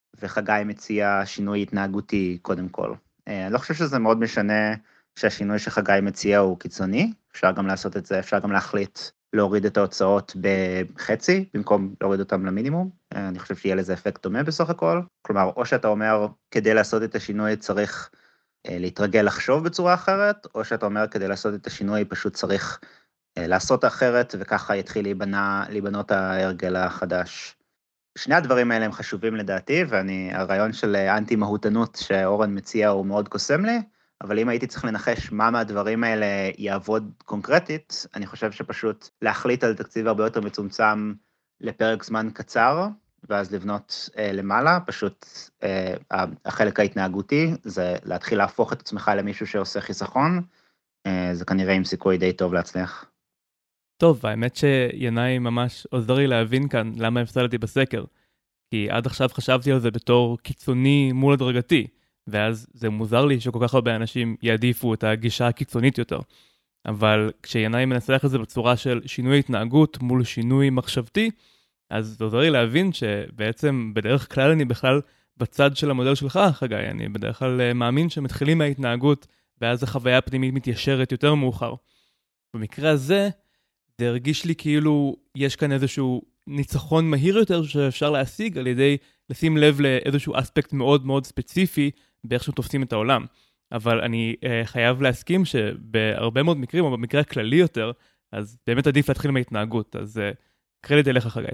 וחגי מציע שינוי התנהגותי קודם כל. אני לא חושב שזה מאוד משנה שהשינוי שחגי מציע הוא קיצוני, אפשר גם לעשות את זה, אפשר גם להחליט להוריד את ההוצאות בחצי, במקום להוריד אותם למינימום. אני חושב שיהיה לזה אפקט דומה בסך הכל. כלומר, או שאתה אומר, כדי לעשות את השינוי צריך להתרגל לחשוב בצורה אחרת, או שאתה אומר, כדי לעשות את השינוי פשוט צריך לעשות אחרת, וככה יתחיל להיבנה, להיבנות ההרגל החדש. שני הדברים האלה הם חשובים לדעתי, ואני, הרעיון של אנטי מהותנות שאורן מציע הוא מאוד קוסם לי, אבל אם הייתי צריך לנחש מה מהדברים האלה יעבוד קונקרטית, אני חושב שפשוט להחליט על תקציב הרבה יותר מצומצם לפרק זמן קצר, ואז לבנות אה, למעלה, פשוט אה, החלק ההתנהגותי, זה להתחיל להפוך את עצמך למישהו שעושה חיסכון, אה, זה כנראה עם סיכוי די טוב להצליח. טוב, האמת שינאי ממש עוזר לי להבין כאן למה הפסדתי בסקר, כי עד עכשיו חשבתי על זה בתור קיצוני מול הדרגתי, ואז זה מוזר לי שכל כך הרבה אנשים יעדיפו את הגישה הקיצונית יותר. אבל כשינאי מנסח את זה בצורה של שינוי התנהגות מול שינוי מחשבתי, אז זה עוזר לי להבין שבעצם בדרך כלל אני בכלל בצד של המודל שלך, חגי, אני בדרך כלל מאמין שמתחילים מההתנהגות, ואז החוויה הפנימית מתיישרת יותר מאוחר. במקרה הזה, זה הרגיש לי כאילו יש כאן איזשהו ניצחון מהיר יותר שאפשר להשיג על ידי לשים לב לאיזשהו אספקט מאוד מאוד ספציפי באיך שתופסים את העולם. אבל אני uh, חייב להסכים שבהרבה מאוד מקרים, או במקרה הכללי יותר, אז באמת עדיף להתחיל מההתנהגות. אז uh, קרדיט אליך, חגי.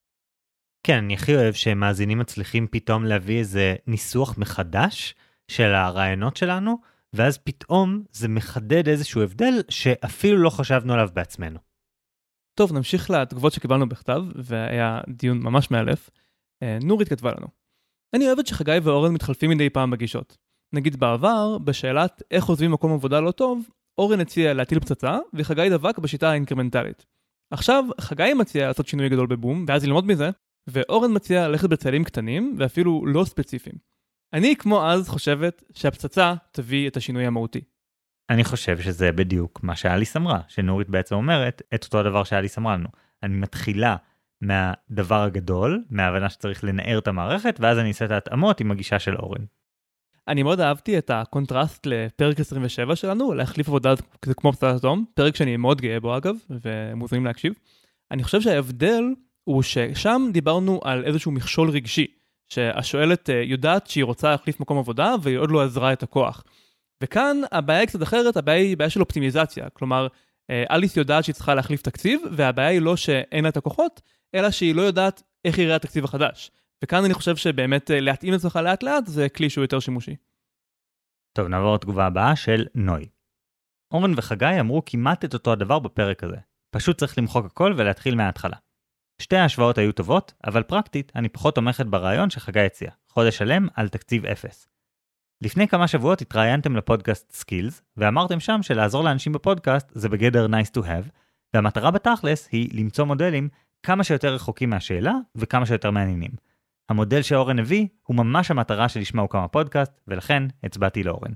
כן, אני הכי אוהב שמאזינים מצליחים פתאום להביא איזה ניסוח מחדש של הרעיונות שלנו, ואז פתאום זה מחדד איזשהו הבדל שאפילו לא חשבנו עליו בעצמנו. טוב, נמשיך לתגובות שקיבלנו בכתב, והיה דיון ממש מאלף. נורית כתבה לנו. אני אוהבת שחגי ואורן מתחלפים מדי פעם בגישות. נגיד בעבר, בשאלת איך עוזבים מקום עבודה לא טוב, אורן הציע להטיל פצצה, וחגי דבק בשיטה האינקרמנטלית. עכשיו, חגי מציע לעשות שינוי גדול בבום, ואז ללמוד מזה, ואורן מציע ללכת בצעדים קטנים, ואפילו לא ספציפיים. אני, כמו אז, חושבת שהפצצה תביא את השינוי המהותי. אני חושב שזה בדיוק מה שאליס אמרה, שנורית בעצם אומרת את אותו הדבר שאליס אמרה לנו. אני מתחילה מהדבר הגדול, מההבנה שצריך לנער את המערכת, ואז אני אעשה את ההתאמות עם הגישה של אורן. אני מאוד אהבתי את הקונטרסט לפרק עשרים ושבע שלנו, להחליף עבודה כמו פצצת אטום, פרק שאני מאוד גאה בו אגב, ומוזרים להקשיב. אני חושב שההבדל הוא ששם דיברנו על איזשהו מכשול רגשי, שהשואלת יודעת שהיא רוצה להחליף מקום עבודה, והיא עוד לא עזרה את הכוח. וכאן הבעיה היא קצת אחרת, הבעיה היא בעיה של אופטימיזציה, כלומר, אליס יודעת שהיא צריכה להחליף תקציב, והבעיה היא לא שאין לה את הכוחות, אלא שהיא לא יודעת איך יראה התקציב החדש. וכאן אני חושב שבאמת להתאים את עצמך לאט לאט, זה כלי שהוא יותר שימושי. טוב, נעבור לתגובה הבאה של נוי. אורן וחגי אמרו כמעט את אותו הדבר בפרק הזה. פשוט צריך למחוק הכל ולהתחיל מההתחלה. שתי ההשוואות היו טובות, אבל פרקטית אני פחות תומכת ברעיון שחגי הציע. חודש שלם על תקציב אפס. לפני כמה שבועות התראיינתם לפודקאסט סקילס, ואמרתם שם שלעזור לאנשים בפודקאסט זה בגדר nice to have, והמטרה בתכלס היא למצוא מודלים כמה שיותר רחוקים מהשאלה וכמה שיותר מעניינים. המודל שאורן הביא הוא ממש המטרה שלשמה הוקם הפודקאסט, ולכן הצבעתי לאורן.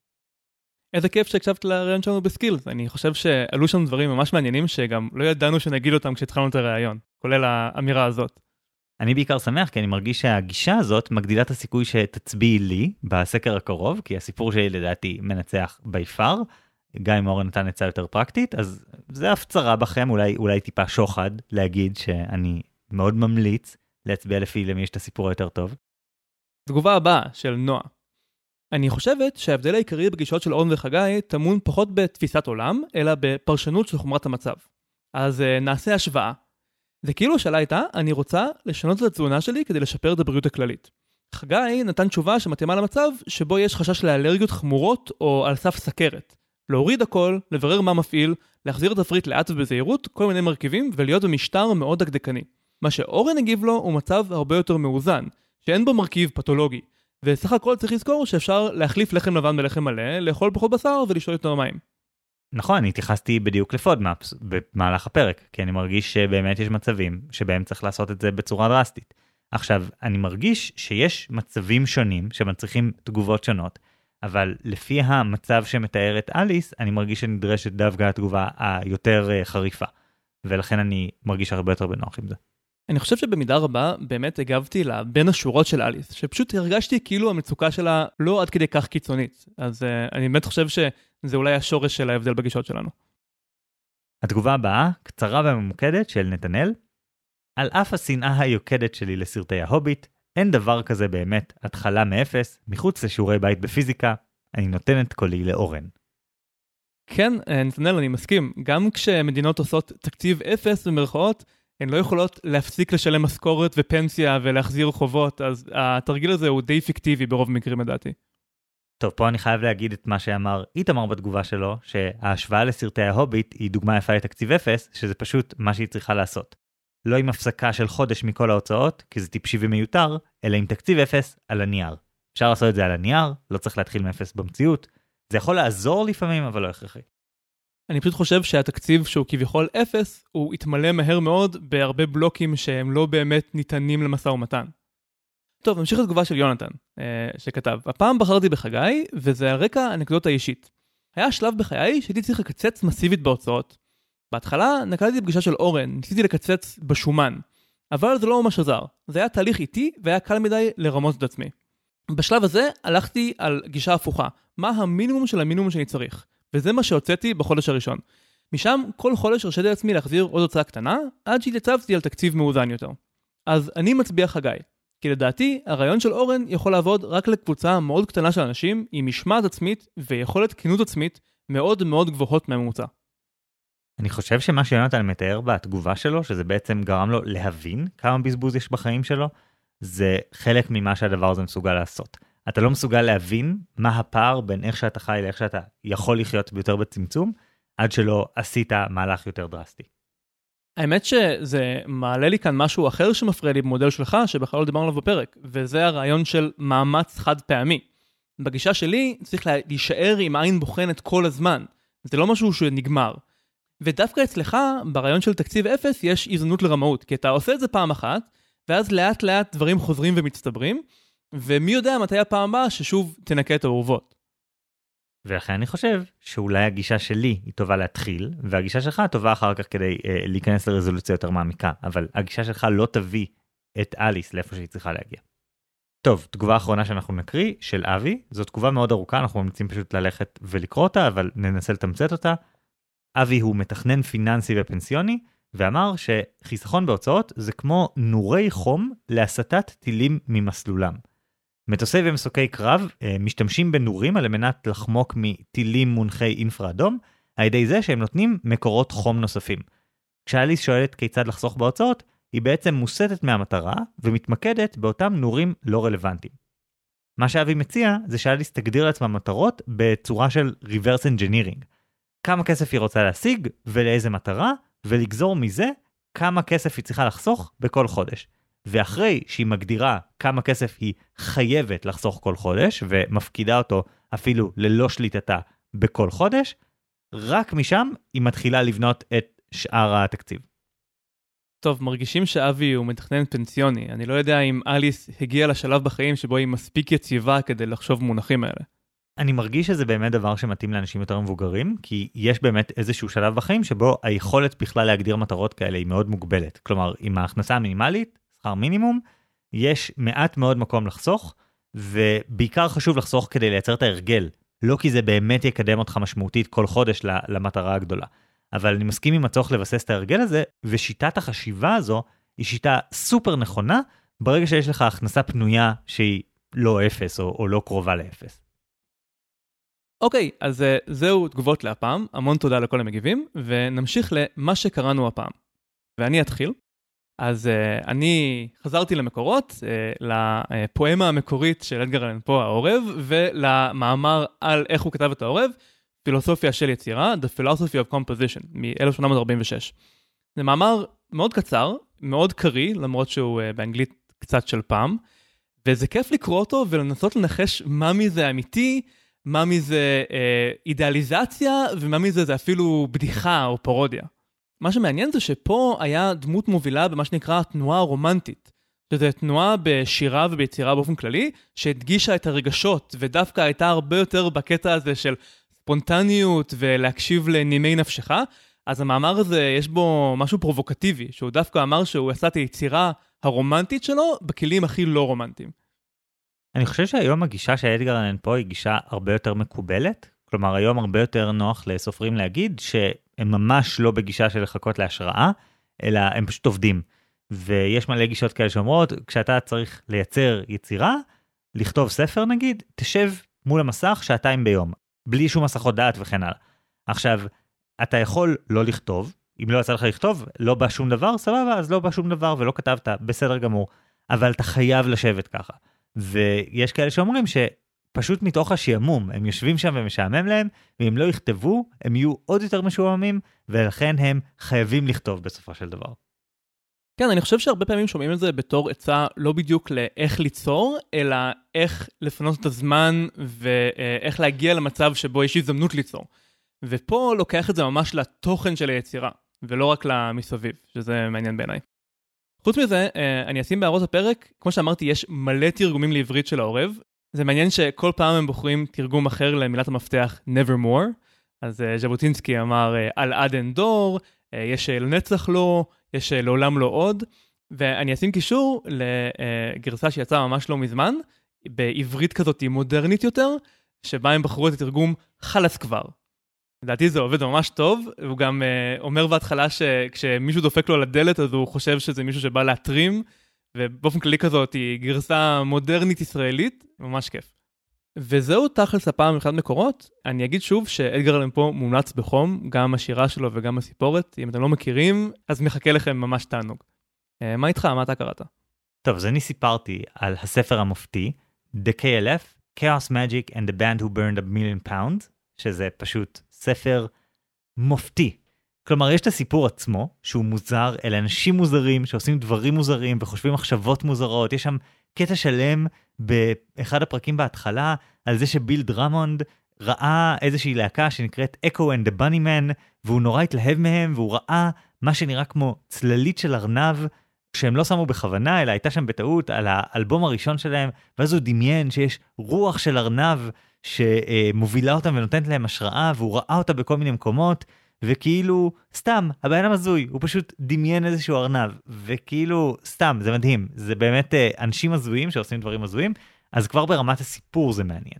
איזה כיף שהקשבת לרעיון שלנו בסקילס. אני חושב שעלו שם דברים ממש מעניינים שגם לא ידענו שנגיד אותם כשהתחלנו את הרעיון, כולל האמירה הזאת. אני בעיקר שמח כי אני מרגיש שהגישה הזאת מגדילה את הסיכוי שתצביעי לי בסקר הקרוב, כי הסיפור שלי לדעתי מנצח ביפר, גם אם אורן נתן עצה יותר פרקטית, אז זה הפצרה בכם, אולי, אולי טיפה שוחד להגיד שאני מאוד ממליץ להצביע לפי למי יש את הסיפור היותר טוב. תגובה הבאה של נועה. אני חושבת שההבדל העיקרי בגישות של אורן וחגי טמון פחות בתפיסת עולם, אלא בפרשנות של חומרת המצב. אז נעשה השוואה. זה כאילו השאלה הייתה, אני רוצה לשנות את התזונה שלי כדי לשפר את הבריאות הכללית. חגי נתן תשובה שמתאימה למצב שבו יש חשש לאלרגיות חמורות או על סף סכרת. להוריד הכל, לברר מה מפעיל, להחזיר את התפריט לאט ובזהירות, כל מיני מרכיבים, ולהיות במשטר מאוד דקדקני. מה שאורן הגיב לו הוא מצב הרבה יותר מאוזן, שאין בו מרכיב פתולוגי. וסך הכל צריך לזכור שאפשר להחליף לחם לבן בלחם מלא, לאכול פחות בשר ולשתות יותר מים. נכון, אני התייחסתי בדיוק לפודמאפס במהלך הפרק, כי אני מרגיש שבאמת יש מצבים שבהם צריך לעשות את זה בצורה דרסטית. עכשיו, אני מרגיש שיש מצבים שונים שמצריכים תגובות שונות, אבל לפי המצב שמתארת אליס, אני מרגיש שנדרשת דווקא התגובה היותר חריפה, ולכן אני מרגיש הרבה יותר בנוח עם זה. אני חושב שבמידה רבה באמת הגבתי לה בין השורות של אליס, שפשוט הרגשתי כאילו המצוקה שלה לא עד כדי כך קיצונית. אז uh, אני באמת חושב שזה אולי השורש של ההבדל בגישות שלנו. התגובה הבאה, קצרה וממוקדת של נתנאל. על אף השנאה היוקדת שלי לסרטי ההוביט, אין דבר כזה באמת התחלה מאפס, מחוץ לשיעורי בית בפיזיקה, אני נותן את קולי לאורן. כן, נתנאל, אני מסכים. גם כשמדינות עושות תקציב אפס במרכאות, הן לא יכולות להפסיק לשלם משכורת ופנסיה ולהחזיר חובות, אז התרגיל הזה הוא די פיקטיבי ברוב מקרים לדעתי. טוב, פה אני חייב להגיד את מה שאמר איתמר בתגובה שלו, שההשוואה לסרטי ההוביט היא דוגמה יפה לתקציב אפס, שזה פשוט מה שהיא צריכה לעשות. לא עם הפסקה של חודש מכל ההוצאות, כי זה טיפשי ומיותר, אלא עם תקציב אפס על הנייר. אפשר לעשות את זה על הנייר, לא צריך להתחיל מאפס במציאות. זה יכול לעזור לפעמים, אבל לא הכרחי. אני פשוט חושב שהתקציב שהוא כביכול אפס, הוא יתמלא מהר מאוד בהרבה בלוקים שהם לא באמת ניתנים למשא ומתן. טוב, נמשיך לתגובה של יונתן, שכתב, הפעם בחרתי בחגי, וזה על רקע אנקדוטה אישית. היה שלב בחיי שהייתי צריך לקצץ מסיבית בהוצאות. בהתחלה נקלתי פגישה של אורן, ניסיתי לקצץ בשומן, אבל זה לא ממש עזר. זה היה תהליך איטי, והיה קל מדי לרמות את עצמי. בשלב הזה הלכתי על גישה הפוכה, מה המינימום של המינימום שאני צריך, וזה מה שהוצאתי בחודש הראשון. משם כל חודש הרשיתי לעצמי להחזיר עוד הוצאה קטנה, עד שהתייצבתי על תקציב מאוזן יותר. אז אני מצביע חגי, כי לדעתי הרעיון של אורן יכול לעבוד רק לקבוצה מאוד קטנה של אנשים, עם משמעת עצמית ויכולת כנות עצמית מאוד מאוד גבוהות מהממוצע. אני חושב שמה שיונתן מתאר בתגובה שלו, שזה בעצם גרם לו להבין כמה בזבוז יש בחיים שלו, זה חלק ממה שהדבר הזה מסוגל לעשות. אתה לא מסוגל להבין מה הפער בין איך שאתה חי לאיך שאתה יכול לחיות ביותר בצמצום, עד שלא עשית מהלך יותר דרסטי. האמת שזה מעלה לי כאן משהו אחר שמפריע לי במודל שלך, שבכלל לא דיברנו עליו בפרק, וזה הרעיון של מאמץ חד פעמי. בגישה שלי צריך להישאר עם עין בוחנת כל הזמן. זה לא משהו שנגמר. ודווקא אצלך, ברעיון של תקציב אפס, יש הזדמנות לרמאות, כי אתה עושה את זה פעם אחת, ואז לאט לאט דברים חוזרים ומצטברים, ומי יודע מתי הפעם הבאה ששוב תנקה את האורוות. ולכן אני חושב שאולי הגישה שלי היא טובה להתחיל, והגישה שלך טובה אחר כך כדי אה, להיכנס לרזולוציה יותר מעמיקה, אבל הגישה שלך לא תביא את אליס לאיפה שהיא צריכה להגיע. טוב, תגובה אחרונה שאנחנו נקריא, של אבי, זו תגובה מאוד ארוכה, אנחנו ממליצים פשוט ללכת ולקרוא אותה, אבל ננסה לתמצת אותה. אבי הוא מתכנן פיננסי ופנסיוני, ואמר שחיסכון בהוצאות זה כמו נורי חום להסטת טילים ממסלולם. מטוסי ומסוקי קרב משתמשים בנורים על מנת לחמוק מטילים מונחי אינפרה אדום, על ידי זה שהם נותנים מקורות חום נוספים. כשאליס שואלת כיצד לחסוך בהוצאות, היא בעצם מוסטת מהמטרה ומתמקדת באותם נורים לא רלוונטיים. מה שאבי מציע זה שאליס תגדיר לעצמה מטרות בצורה של reverse engineering. כמה כסף היא רוצה להשיג ולאיזה מטרה, ולגזור מזה כמה כסף היא צריכה לחסוך בכל חודש. ואחרי שהיא מגדירה כמה כסף היא חייבת לחסוך כל חודש, ומפקידה אותו אפילו ללא שליטתה בכל חודש, רק משם היא מתחילה לבנות את שאר התקציב. טוב, מרגישים שאבי הוא מתכנן פנסיוני. אני לא יודע אם אליס הגיעה לשלב בחיים שבו היא מספיק יציבה כדי לחשוב מונחים האלה. אני מרגיש שזה באמת דבר שמתאים לאנשים יותר מבוגרים, כי יש באמת איזשהו שלב בחיים שבו היכולת בכלל להגדיר מטרות כאלה היא מאוד מוגבלת. כלומר, עם ההכנסה המינימלית, שכר מינימום, יש מעט מאוד מקום לחסוך, ובעיקר חשוב לחסוך כדי לייצר את ההרגל, לא כי זה באמת יקדם אותך משמעותית כל חודש למטרה הגדולה. אבל אני מסכים עם הצורך לבסס את ההרגל הזה, ושיטת החשיבה הזו היא שיטה סופר נכונה, ברגע שיש לך הכנסה פנויה שהיא לא אפס או, או לא קרובה לאפס. אוקיי, אז זהו תגובות להפעם, המון תודה לכל המגיבים, ונמשיך למה שקראנו הפעם. ואני אתחיל. אז uh, אני חזרתי למקורות, uh, לפואמה המקורית של אדגר אלן פה, העורב, ולמאמר על איך הוא כתב את העורב, פילוסופיה של יצירה, The Philosophy of Composition, מ-אלף שמונה מאות ארבעים ושש. זה מאמר מאוד קצר, מאוד קרי, למרות שהוא uh, באנגלית קצת של פעם, וזה כיף לקרוא אותו ולנסות לנחש מה מזה אמיתי, מה מזה אה, אידאליזציה, ומה מזה זה אפילו בדיחה או פרודיה. מה שמעניין זה שפה היה דמות מובילה במה שנקרא תנועה רומנטית, שזו תנועה בשירה וביצירה באופן כללי, שהדגישה את הרגשות, ודווקא הייתה הרבה יותר בקטע הזה של ספונטניות ולהקשיב לנימי נפשך, אז המאמר הזה יש בו משהו פרובוקטיבי, שהוא דווקא אמר שהוא עשה את היצירה הרומנטית שלו בכלים הכי לא רומנטיים. אני חושב שהיום הגישה של אדגר אלן פה היא גישה הרבה יותר מקובלת, כלומר היום הרבה יותר נוח לסופרים להגיד שהם ממש לא בגישה של לחכות להשראה, אלא הם פשוט עובדים. ויש מלא גישות כאלה שאומרות, כשאתה צריך לייצר יצירה, לכתוב ספר נגיד, תשב מול המסך שעתיים ביום, בלי שום מסכות דעת וכן הלאה. עכשיו, אתה יכול לא לכתוב, אם לא יצא לך לכתוב, לא בא שום דבר, סבבה, אז לא בא שום דבר ולא כתבת, בסדר גמור, אבל אתה חייב לשבת ככה. ויש כאלה שאומרים שפשוט מתוך השעמום, הם יושבים שם ומשעמם להם, ואם לא יכתבו, הם יהיו עוד יותר משועממים, ולכן הם חייבים לכתוב בסופו של דבר. כן, אני חושב שהרבה פעמים שומעים את זה בתור עצה לא בדיוק לאיך ליצור, אלא איך לפנות את הזמן ואיך להגיע למצב שבו יש הזדמנות ליצור. ופה לוקח את זה ממש לתוכן של היצירה, ולא רק למסביב, שזה מעניין בעיניי. חוץ מזה, אני אשים בהערות הפרק, כמו שאמרתי, יש מלא תרגומים לעברית של העורב. זה מעניין שכל פעם הם בוחרים תרגום אחר למילת המפתח nevermore. אז ז'בוטינסקי אמר על עד אין דור, יש לנצח לא, יש לעולם לא עוד. ואני אשים קישור לגרסה שיצאה ממש לא מזמן, בעברית כזאת מודרנית יותר, שבה הם בחרו את התרגום חלס כבר. לדעתי זה עובד ממש טוב, הוא גם uh, אומר בהתחלה שכשמישהו דופק לו על הדלת, אז הוא חושב שזה מישהו שבא להטרים, ובאופן כללי כזאת היא גרסה מודרנית ישראלית, ממש כיף. וזהו תכלס הפעם מבחינת מקורות. אני אגיד שוב שאדגר אלן פה מומלץ בחום, גם השירה שלו וגם הסיפורת. אם אתם לא מכירים, אז מחכה לכם ממש תענוג. Uh, מה איתך? מה אתה קראת? טוב, אז אני סיפרתי על הספר המופתי, The K L F, Chaos Magic and the Band Who Burned a Million Pounds, שזה פשוט ספר מופתי. כלומר, יש את הסיפור עצמו, שהוא מוזר, אלה אנשים מוזרים, שעושים דברים מוזרים, וחושבים מחשבות מוזרות. יש שם קטע שלם באחד הפרקים בהתחלה, על זה שביל דרמונד ראה איזושהי להקה שנקראת Echo and the Bunnymen, והוא נורא התלהב מהם, והוא ראה מה שנראה כמו צללית של ארנב, שהם לא שמו בכוונה, אלא הייתה שם בטעות על האלבום הראשון שלהם, ואז הוא דמיין שיש רוח של ארנב, שמובילה אותם ונותנת להם השראה, והוא ראה אותה בכל מיני מקומות, וכאילו, סתם, הבן אדם הזוי, הוא פשוט דמיין איזשהו ארנב, וכאילו, סתם, זה מדהים, זה באמת אנשים הזויים שעושים דברים הזויים, אז כבר ברמת הסיפור זה מעניין.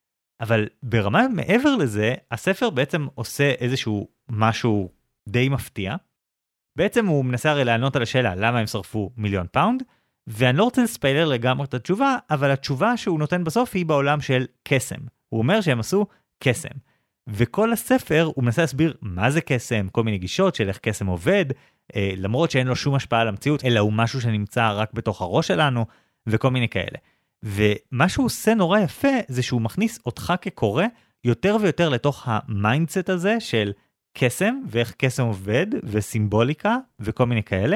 אבל ברמה מעבר לזה, הספר בעצם עושה איזשהו משהו די מפתיע, בעצם הוא מנסה הרי לענות על השאלה, למה הם שרפו מיליון פאונד, ואני לא רוצה לספיילר לגמרי את התשובה, אבל התשובה שהוא נותן בסוף היא בעולם של קסם. הוא אומר שהם עשו קסם. וכל הספר הוא מנסה להסביר מה זה קסם, כל מיני גישות של איך קסם עובד, אה, למרות שאין לו שום השפעה על המציאות, אלא הוא משהו שנמצא רק בתוך הראש שלנו, וכל מיני כאלה. ומה שהוא עושה נורא יפה, זה שהוא מכניס אותך כקורא, יותר ויותר לתוך המיינדסט הזה של קסם, ואיך קסם עובד, וסימבוליקה, וכל מיני כאלה.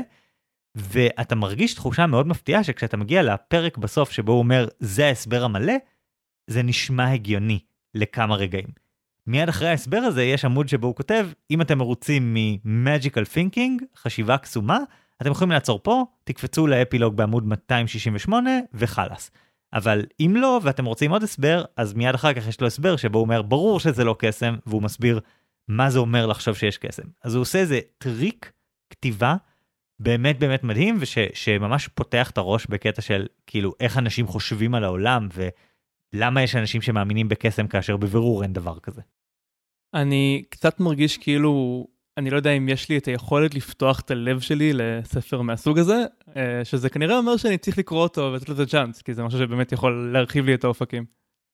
ואתה מרגיש תחושה מאוד מפתיעה שכשאתה מגיע לפרק בסוף שבו הוא אומר זה ההסבר המלא, זה נשמע הגיוני לכמה רגעים. מיד אחרי ההסבר הזה יש עמוד שבו הוא כותב, אם אתם מרוצים מ-Magical Thinking, חשיבה קסומה, אתם יכולים לעצור פה, תקפצו לאפילוג בעמוד מאתיים שישים ושמונה וחלס. אבל אם לא ואתם רוצים עוד הסבר, אז מיד אחר כך יש לו הסבר שבו הוא אומר ברור שזה לא קסם, והוא מסביר מה זה אומר לחשוב שיש קסם. אז הוא עושה איזה טריק כתיבה באמת באמת מדהים, ושממש פותח את הראש בקטע של כאילו איך אנשים חושבים על העולם, ולמה יש אנשים שמאמינים בקסם כאשר בבירור אין דבר כזה. אני קצת מרגיש כאילו, אני לא יודע אם יש לי את היכולת לפתוח את הלב שלי לספר מהסוג הזה, שזה כנראה אומר שאני צריך לקרוא אותו ולתת לזה צ'אנס, כי זה משהו שבאמת יכול להרחיב לי את האופקים.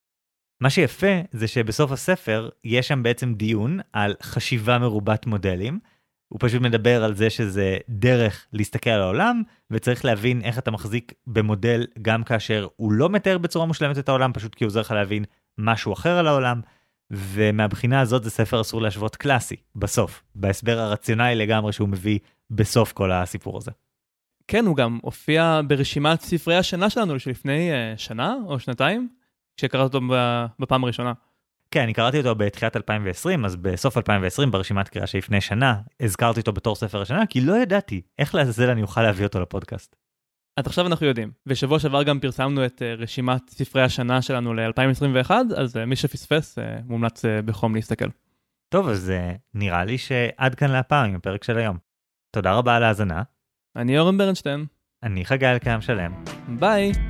מה שיפה זה שבסוף הספר יש שם בעצם דיון על חשיבה מרובת מודלים, הוא פשוט מדבר על זה שזה דרך להסתכל על העולם, וצריך להבין איך אתה מחזיק במודל גם כאשר הוא לא מתאר בצורה מושלמת את העולם, פשוט כי הוא עוזר לך להבין משהו אחר על העולם, ומהבחינה הזאת זה ספר אסור להשוות קלאסי, בסוף, בהסבר הרציונלי לגמרי שהוא מביא בסוף כל הסיפור הזה. כן, הוא גם הופיע ברשימת ספרי השנה שלנו, שלפני שנה או שנתיים, כשקראת אותו בפעם הראשונה. כן, אני קראתי אותו בתחילת אלפיים ועשרים, אז בסוף אלפיים ועשרים, ברשימת קריאה שלפני שנה, הזכרתי אותו בתור ספר השנה, כי לא ידעתי איך לעזאזל אני אוכל להביא אותו לפודקאסט. אז עכשיו אנחנו יודעים. ושבוע שעבר גם פרסמנו את רשימת ספרי השנה שלנו ל-אלפיים עשרים ואחת, אז מי שפספס, מומלץ בחום להסתכל. טוב, אז uh, נראה לי שעד כאן להפעם עם הפרק של היום. תודה רבה על ההאזנה. אני אורן ברנשטיין. אני חגי אלקיים שלם. ביי.